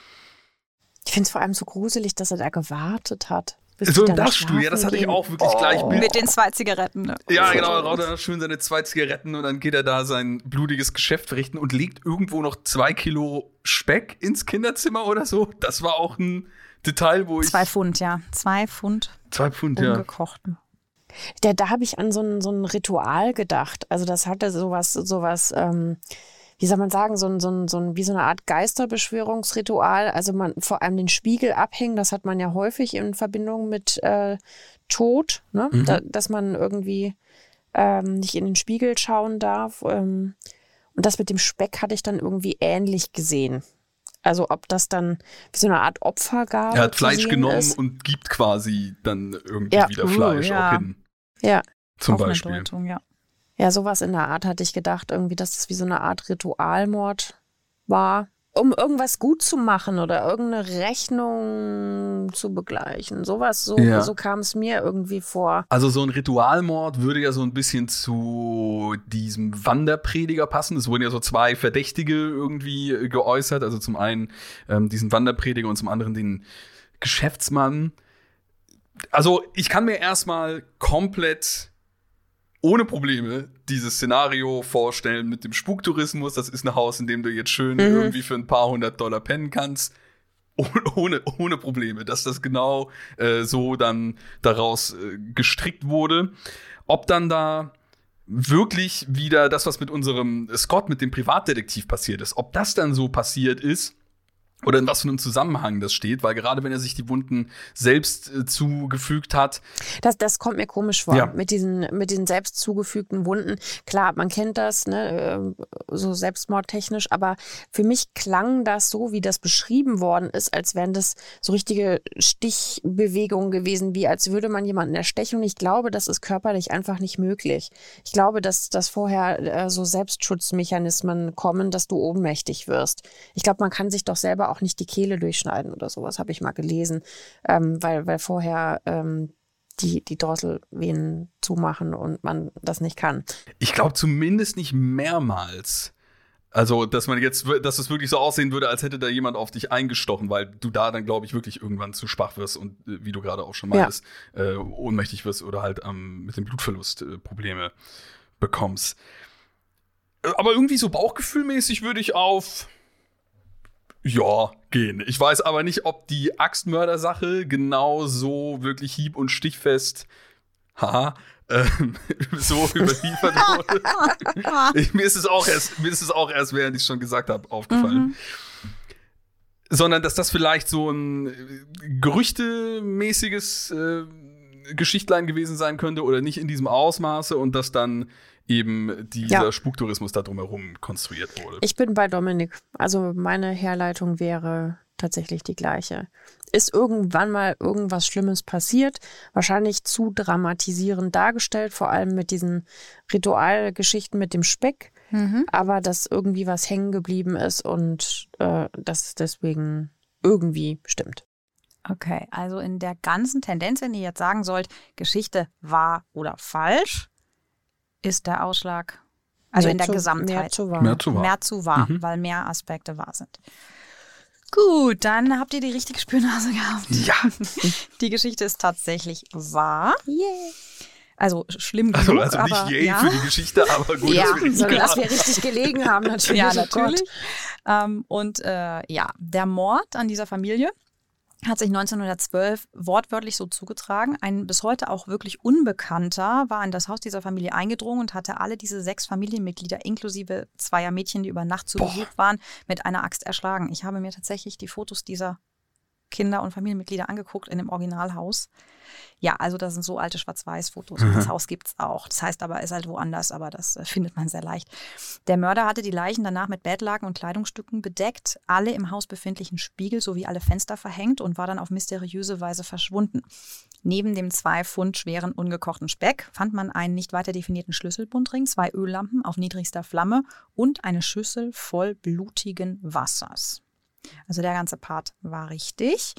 Ich finde es vor allem so gruselig, dass er da gewartet hat. So im Dachstuhl, ja, das hatte ich auch wirklich oh. gleich Bild. Mit den zwei Zigaretten. Ne? Ja, genau, er raucht dann schön seine zwei Zigaretten und dann geht er da sein blutiges Geschäft verrichten und legt irgendwo noch zwei Kilo Speck ins Kinderzimmer oder so. Das war auch ein Detail, wo ich... Zwei Pfund, ja. Zwei Pfund. Zwei Pfund, ja. Ungekochten. Da, da habe ich an so ein, so ein Ritual gedacht. Also das hatte sowas, sowas, ähm, wie soll man sagen, so ein, so ein, so ein, wie so eine Art Geisterbeschwörungsritual. Also man vor allem den Spiegel abhängen, das hat man ja häufig in Verbindung mit äh, Tod, ne? Mhm. Da, dass man irgendwie ähm, nicht in den Spiegel schauen darf. Ähm, und das mit dem Speck hatte ich dann irgendwie ähnlich gesehen. Also ob das dann wie so eine Art Opfergabe Er hat Fleisch genommen ist. Und gibt quasi dann irgendwie Ja. wieder Fleisch Uh, ja. auch hin. Ja. Zum Auch eine Beispiel. Deutung, ja. Ja, sowas in der Art hatte ich gedacht, irgendwie, dass das wie so eine Art Ritualmord war, um irgendwas gut zu machen oder irgendeine Rechnung zu begleichen. Sowas, so, Ja. so kam es mir irgendwie vor. Also so ein Ritualmord würde ja so ein bisschen zu diesem Wanderprediger passen. Es wurden ja so zwei Verdächtige irgendwie geäußert. Also zum einen ähm, diesen Wanderprediger und zum anderen den Geschäftsmann. Also ich kann mir erstmal komplett ohne Probleme dieses Szenario vorstellen mit dem Spuktourismus. Das ist ein Haus, in dem du jetzt schön Mhm. irgendwie für ein paar hundert Dollar pennen kannst. Oh, ohne, ohne Probleme, dass das genau äh, so dann daraus äh, gestrickt wurde. Ob dann da wirklich wieder das, was mit unserem Scott, mit dem Privatdetektiv passiert ist, ob das dann so passiert ist, oder in was für einem Zusammenhang das steht, weil gerade wenn er sich die Wunden selbst äh, zugefügt hat. Das, das kommt mir komisch vor, Ja. mit diesen, mit diesen selbst zugefügten Wunden. Klar, man kennt das, ne, äh, so selbstmordtechnisch, aber für mich klang das so, wie das beschrieben worden ist, als wären das so richtige Stichbewegungen gewesen, wie als würde man jemanden erstechen. Und ich glaube, das ist körperlich einfach nicht möglich. Ich glaube, dass, dass vorher äh, so Selbstschutzmechanismen kommen, dass du ohnmächtig wirst. Ich glaube, man kann sich doch selber auch nicht die Kehle durchschneiden oder sowas, habe ich mal gelesen, ähm, weil, weil vorher ähm, die, die Drosselvenen zumachen und man das nicht kann. Ich glaube zumindest nicht mehrmals. Also, dass man jetzt, dass es wirklich so aussehen würde, als hätte da jemand auf dich eingestochen, weil du da dann, glaube ich, wirklich irgendwann zu schwach wirst und, äh, wie du gerade auch schon meintest, ja. äh, ohnmächtig wirst oder halt ähm, mit dem Blutverlust äh, Probleme bekommst. Aber irgendwie so bauchgefühlmäßig würde ich auf ja gehen. Ich weiß aber nicht, ob die Axtmörder-Sache genau so wirklich hieb- und stichfest haha, ähm, so überliefert wurde. ich, mir ist es auch erst, mir ist es auch erst, während ich es schon gesagt habe, aufgefallen. Mhm. sondern dass das vielleicht so ein gerüchtemäßiges äh, Geschichtlein gewesen sein könnte oder nicht in diesem Ausmaße und dass dann eben dieser ja. Spuktourismus da drumherum konstruiert wurde. Ich bin bei Dominik. Also meine Herleitung wäre tatsächlich die gleiche. Ist irgendwann mal irgendwas Schlimmes passiert, wahrscheinlich zu dramatisierend dargestellt, vor allem mit diesen Ritualgeschichten mit dem Speck, mhm. aber dass irgendwie was hängen geblieben ist und äh, dass es deswegen irgendwie stimmt. Okay, also in der ganzen Tendenz, wenn ihr jetzt sagen sollt, Geschichte wahr oder falsch, ist der Ausschlag, also mehr in der zu, Gesamtheit. Mehr zu wahr. Mehr zu wahr, mehr zu wahr mhm. weil mehr Aspekte wahr sind. Gut, dann habt ihr die richtige Spürnase gehabt. Ja. Die Geschichte ist tatsächlich wahr. Yeah. Also schlimm genug, also, also nicht aber yay ja. für die Geschichte, aber gut, ja, dass wir richtig sondern dass wir geraten. richtig gelegen haben natürlich. Ja, Oh natürlich. Gott. Ähm, und äh, ja, der Mord an dieser Familie hat sich neunzehnhundertzwölf wortwörtlich so zugetragen. Ein bis heute auch wirklich Unbekannter war in das Haus dieser Familie eingedrungen und hatte alle diese sechs Familienmitglieder inklusive zweier Mädchen, die über Nacht zu Boah. Besuch waren, mit einer Axt erschlagen. Ich habe mir tatsächlich die Fotos dieser Kinder- und Familienmitglieder angeguckt in dem Originalhaus. Ja, also das sind so alte Schwarz-Weiß-Fotos. Und das Haus gibt's auch. Das heißt aber, ist halt woanders, aber das äh, findet man sehr leicht. Der Mörder hatte die Leichen danach mit Bettlaken und Kleidungsstücken bedeckt, alle im Haus befindlichen Spiegel sowie alle Fenster verhängt und war dann auf mysteriöse Weise verschwunden. Neben dem zwei Pfund schweren ungekochten Speck fand man einen nicht weiter definierten Schlüsselbundring, zwei Öllampen auf niedrigster Flamme und eine Schüssel voll blutigen Wassers. Also der ganze Part war richtig.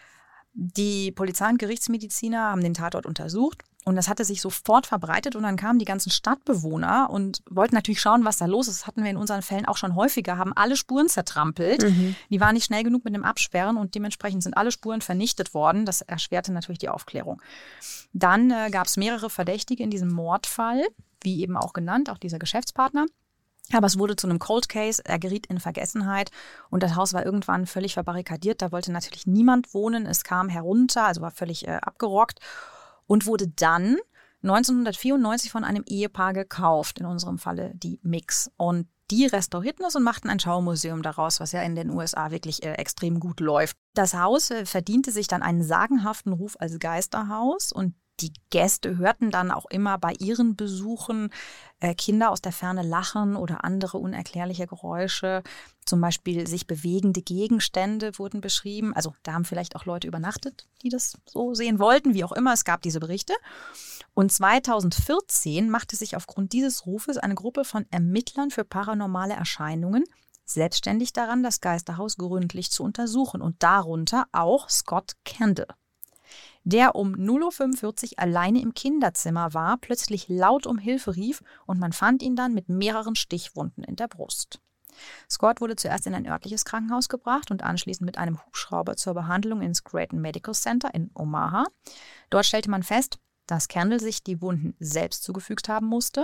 Die Polizei und Gerichtsmediziner haben den Tatort untersucht und das hatte sich sofort verbreitet und dann kamen die ganzen Stadtbewohner und wollten natürlich schauen, was da los ist. Das hatten wir in unseren Fällen auch schon häufiger, haben alle Spuren zertrampelt. Mhm. Die waren nicht schnell genug mit dem Absperren und dementsprechend sind alle Spuren vernichtet worden. Das erschwerte natürlich die Aufklärung. Dann äh, gab es mehrere Verdächtige in diesem Mordfall, wie eben auch genannt, auch dieser Geschäftspartner. Aber es wurde zu einem Cold Case, er geriet in Vergessenheit und das Haus war irgendwann völlig verbarrikadiert. Da wollte natürlich niemand wohnen. Es kam herunter, also war völlig äh, abgerockt und wurde dann neunzehnhundertvierundneunzig von einem Ehepaar gekauft, in unserem Falle die Mix. Und die restaurierten es und machten ein Schaumuseum daraus, was ja in den U S A wirklich äh, extrem gut läuft. Das Haus äh, verdiente sich dann einen sagenhaften Ruf als Geisterhaus und die Gäste hörten dann auch immer bei ihren Besuchen äh, Kinder aus der Ferne lachen oder andere unerklärliche Geräusche. Zum Beispiel sich bewegende Gegenstände wurden beschrieben. Also da haben vielleicht auch Leute übernachtet, die das so sehen wollten, wie auch immer. Es gab diese Berichte. Und zweitausendvierzehn machte sich aufgrund dieses Rufes eine Gruppe von Ermittlern für paranormale Erscheinungen selbstständig daran, das Geisterhaus gründlich zu untersuchen. Und darunter auch Scott Kendall, der um null Uhr fünfundvierzig alleine im Kinderzimmer war, plötzlich laut um Hilfe rief und man fand ihn dann mit mehreren Stichwunden in der Brust. Scott wurde zuerst in ein örtliches Krankenhaus gebracht und anschließend mit einem Hubschrauber zur Behandlung ins Creighton Medical Center in Omaha. Dort stellte man fest, dass Kendall sich die Wunden selbst zugefügt haben musste.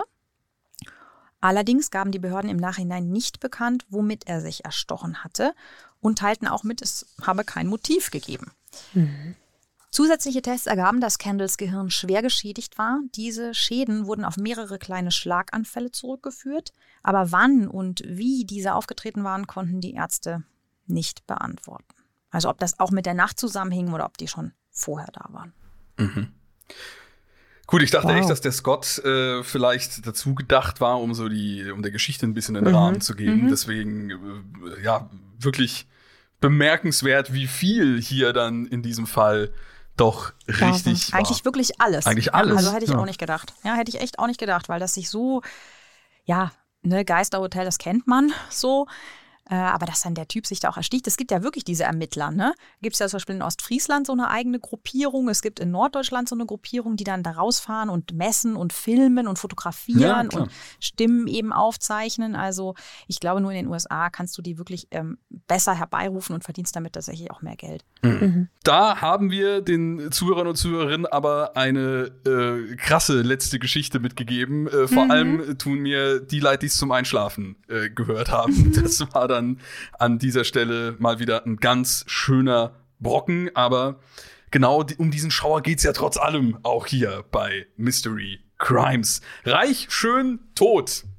Allerdings gaben die Behörden im Nachhinein nicht bekannt, womit er sich erstochen hatte und teilten auch mit, es habe kein Motiv gegeben. Mhm. Zusätzliche Tests ergaben, dass Kendalls Gehirn schwer geschädigt war. Diese Schäden wurden auf mehrere kleine Schlaganfälle zurückgeführt. Aber wann und wie diese aufgetreten waren, konnten die Ärzte nicht beantworten. Also ob das auch mit der Nacht zusammenhing oder ob die schon vorher da waren. Mhm. Gut, ich dachte wow. echt, dass der Scott äh, vielleicht dazu gedacht war, um so die, um der Geschichte ein bisschen den mhm. Rahmen zu geben. Mhm. Deswegen, äh, ja, wirklich bemerkenswert, wie viel hier dann in diesem Fall doch richtig war. Eigentlich wirklich alles. Eigentlich alles. Also hätte ich ja. auch nicht gedacht. Ja, hätte ich echt auch nicht gedacht, weil das sich so, ja, ne, Geisterhotel, das kennt man so. Äh, aber dass dann der Typ sich da auch ersticht. Es gibt ja wirklich diese Ermittler, ne? Gibt es ja zum Beispiel in Ostfriesland so eine eigene Gruppierung. Es gibt in Norddeutschland so eine Gruppierung, die dann da rausfahren und messen und filmen und fotografieren ja, und Stimmen eben aufzeichnen. Also ich glaube, nur in den U S A kannst du die wirklich ähm, besser herbeirufen und verdienst damit tatsächlich auch mehr Geld. Mhm. Mhm. Da haben wir den Zuhörern und Zuhörerinnen aber eine äh, krasse letzte Geschichte mitgegeben. Äh, vor mhm. allem tun mir die leid, die es zum Einschlafen äh, gehört haben. Das war dann an dieser Stelle mal wieder ein ganz schöner Brocken, aber genau die, um diesen Schauer geht's ja trotz allem auch hier bei Mystery Crimes. Reich, schön, tot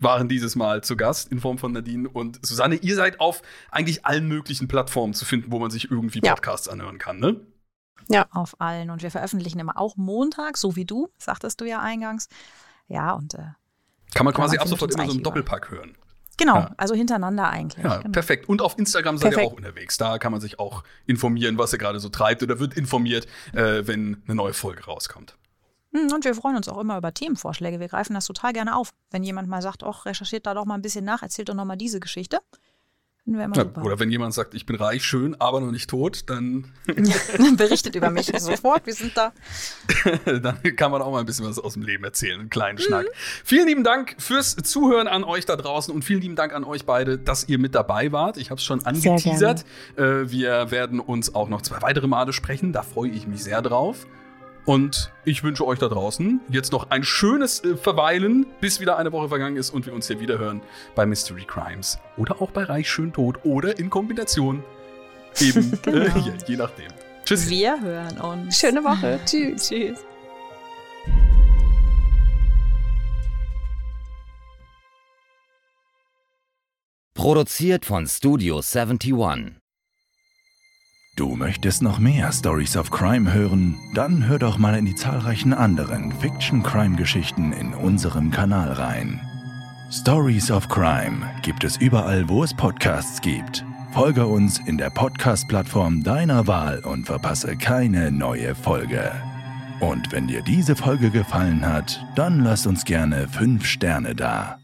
waren dieses Mal zu Gast in Form von Nadine und Susanne. Ihr seid auf eigentlich allen möglichen Plattformen zu finden, wo man sich irgendwie Podcasts ja. anhören kann, ne? Ja. Auf allen. Und wir veröffentlichen immer auch Montag, so wie du, sagtest du ja eingangs. Ja, und äh, kann man quasi ab sofort immer so einen Doppelpack hören. Genau, ja. also hintereinander eigentlich. Ja, genau. Perfekt. Und auf Instagram seid perfekt. ihr auch unterwegs. Da kann man sich auch informieren, was ihr gerade so treibt. Oder wird informiert, äh, wenn eine neue Folge rauskommt. Und wir freuen uns auch immer über Themenvorschläge. Wir greifen das total gerne auf. Wenn jemand mal sagt, ach, recherchiert da doch mal ein bisschen nach, erzählt doch noch mal diese Geschichte. Finden wir immer ja, super. Oder wenn jemand sagt, ich bin reich, schön, aber noch nicht tot, dann berichtet über mich sofort, wir sind da. Dann kann man auch mal ein bisschen was aus dem Leben erzählen, einen kleinen mhm. Schnack. Vielen lieben Dank fürs Zuhören an euch da draußen und vielen lieben Dank an euch beide, dass ihr mit dabei wart. Ich habe es schon angeteasert. Äh, wir werden uns auch noch zwei weitere Male sprechen, da freue ich mich sehr drauf. Und ich wünsche euch da draußen jetzt noch ein schönes äh, Verweilen, bis wieder eine Woche vergangen ist und wir uns hier wieder hören bei Mystery Crimes. Oder auch bei Reich, schön, tot oder in Kombination. Eben, genau. äh, je, je nachdem. Tschüss. Wir hören uns. Schöne Woche. Tschüss. Tschüss. Produziert von Studio einundsiebzig. Du möchtest noch mehr Stories of Crime hören? Dann hör doch mal in die zahlreichen anderen Fiction-Crime-Geschichten in unserem Kanal rein. Stories of Crime gibt es überall, wo es Podcasts gibt. Folge uns in der Podcast-Plattform deiner Wahl und verpasse keine neue Folge. Und wenn dir diese Folge gefallen hat, dann lass uns gerne fünf Sterne da.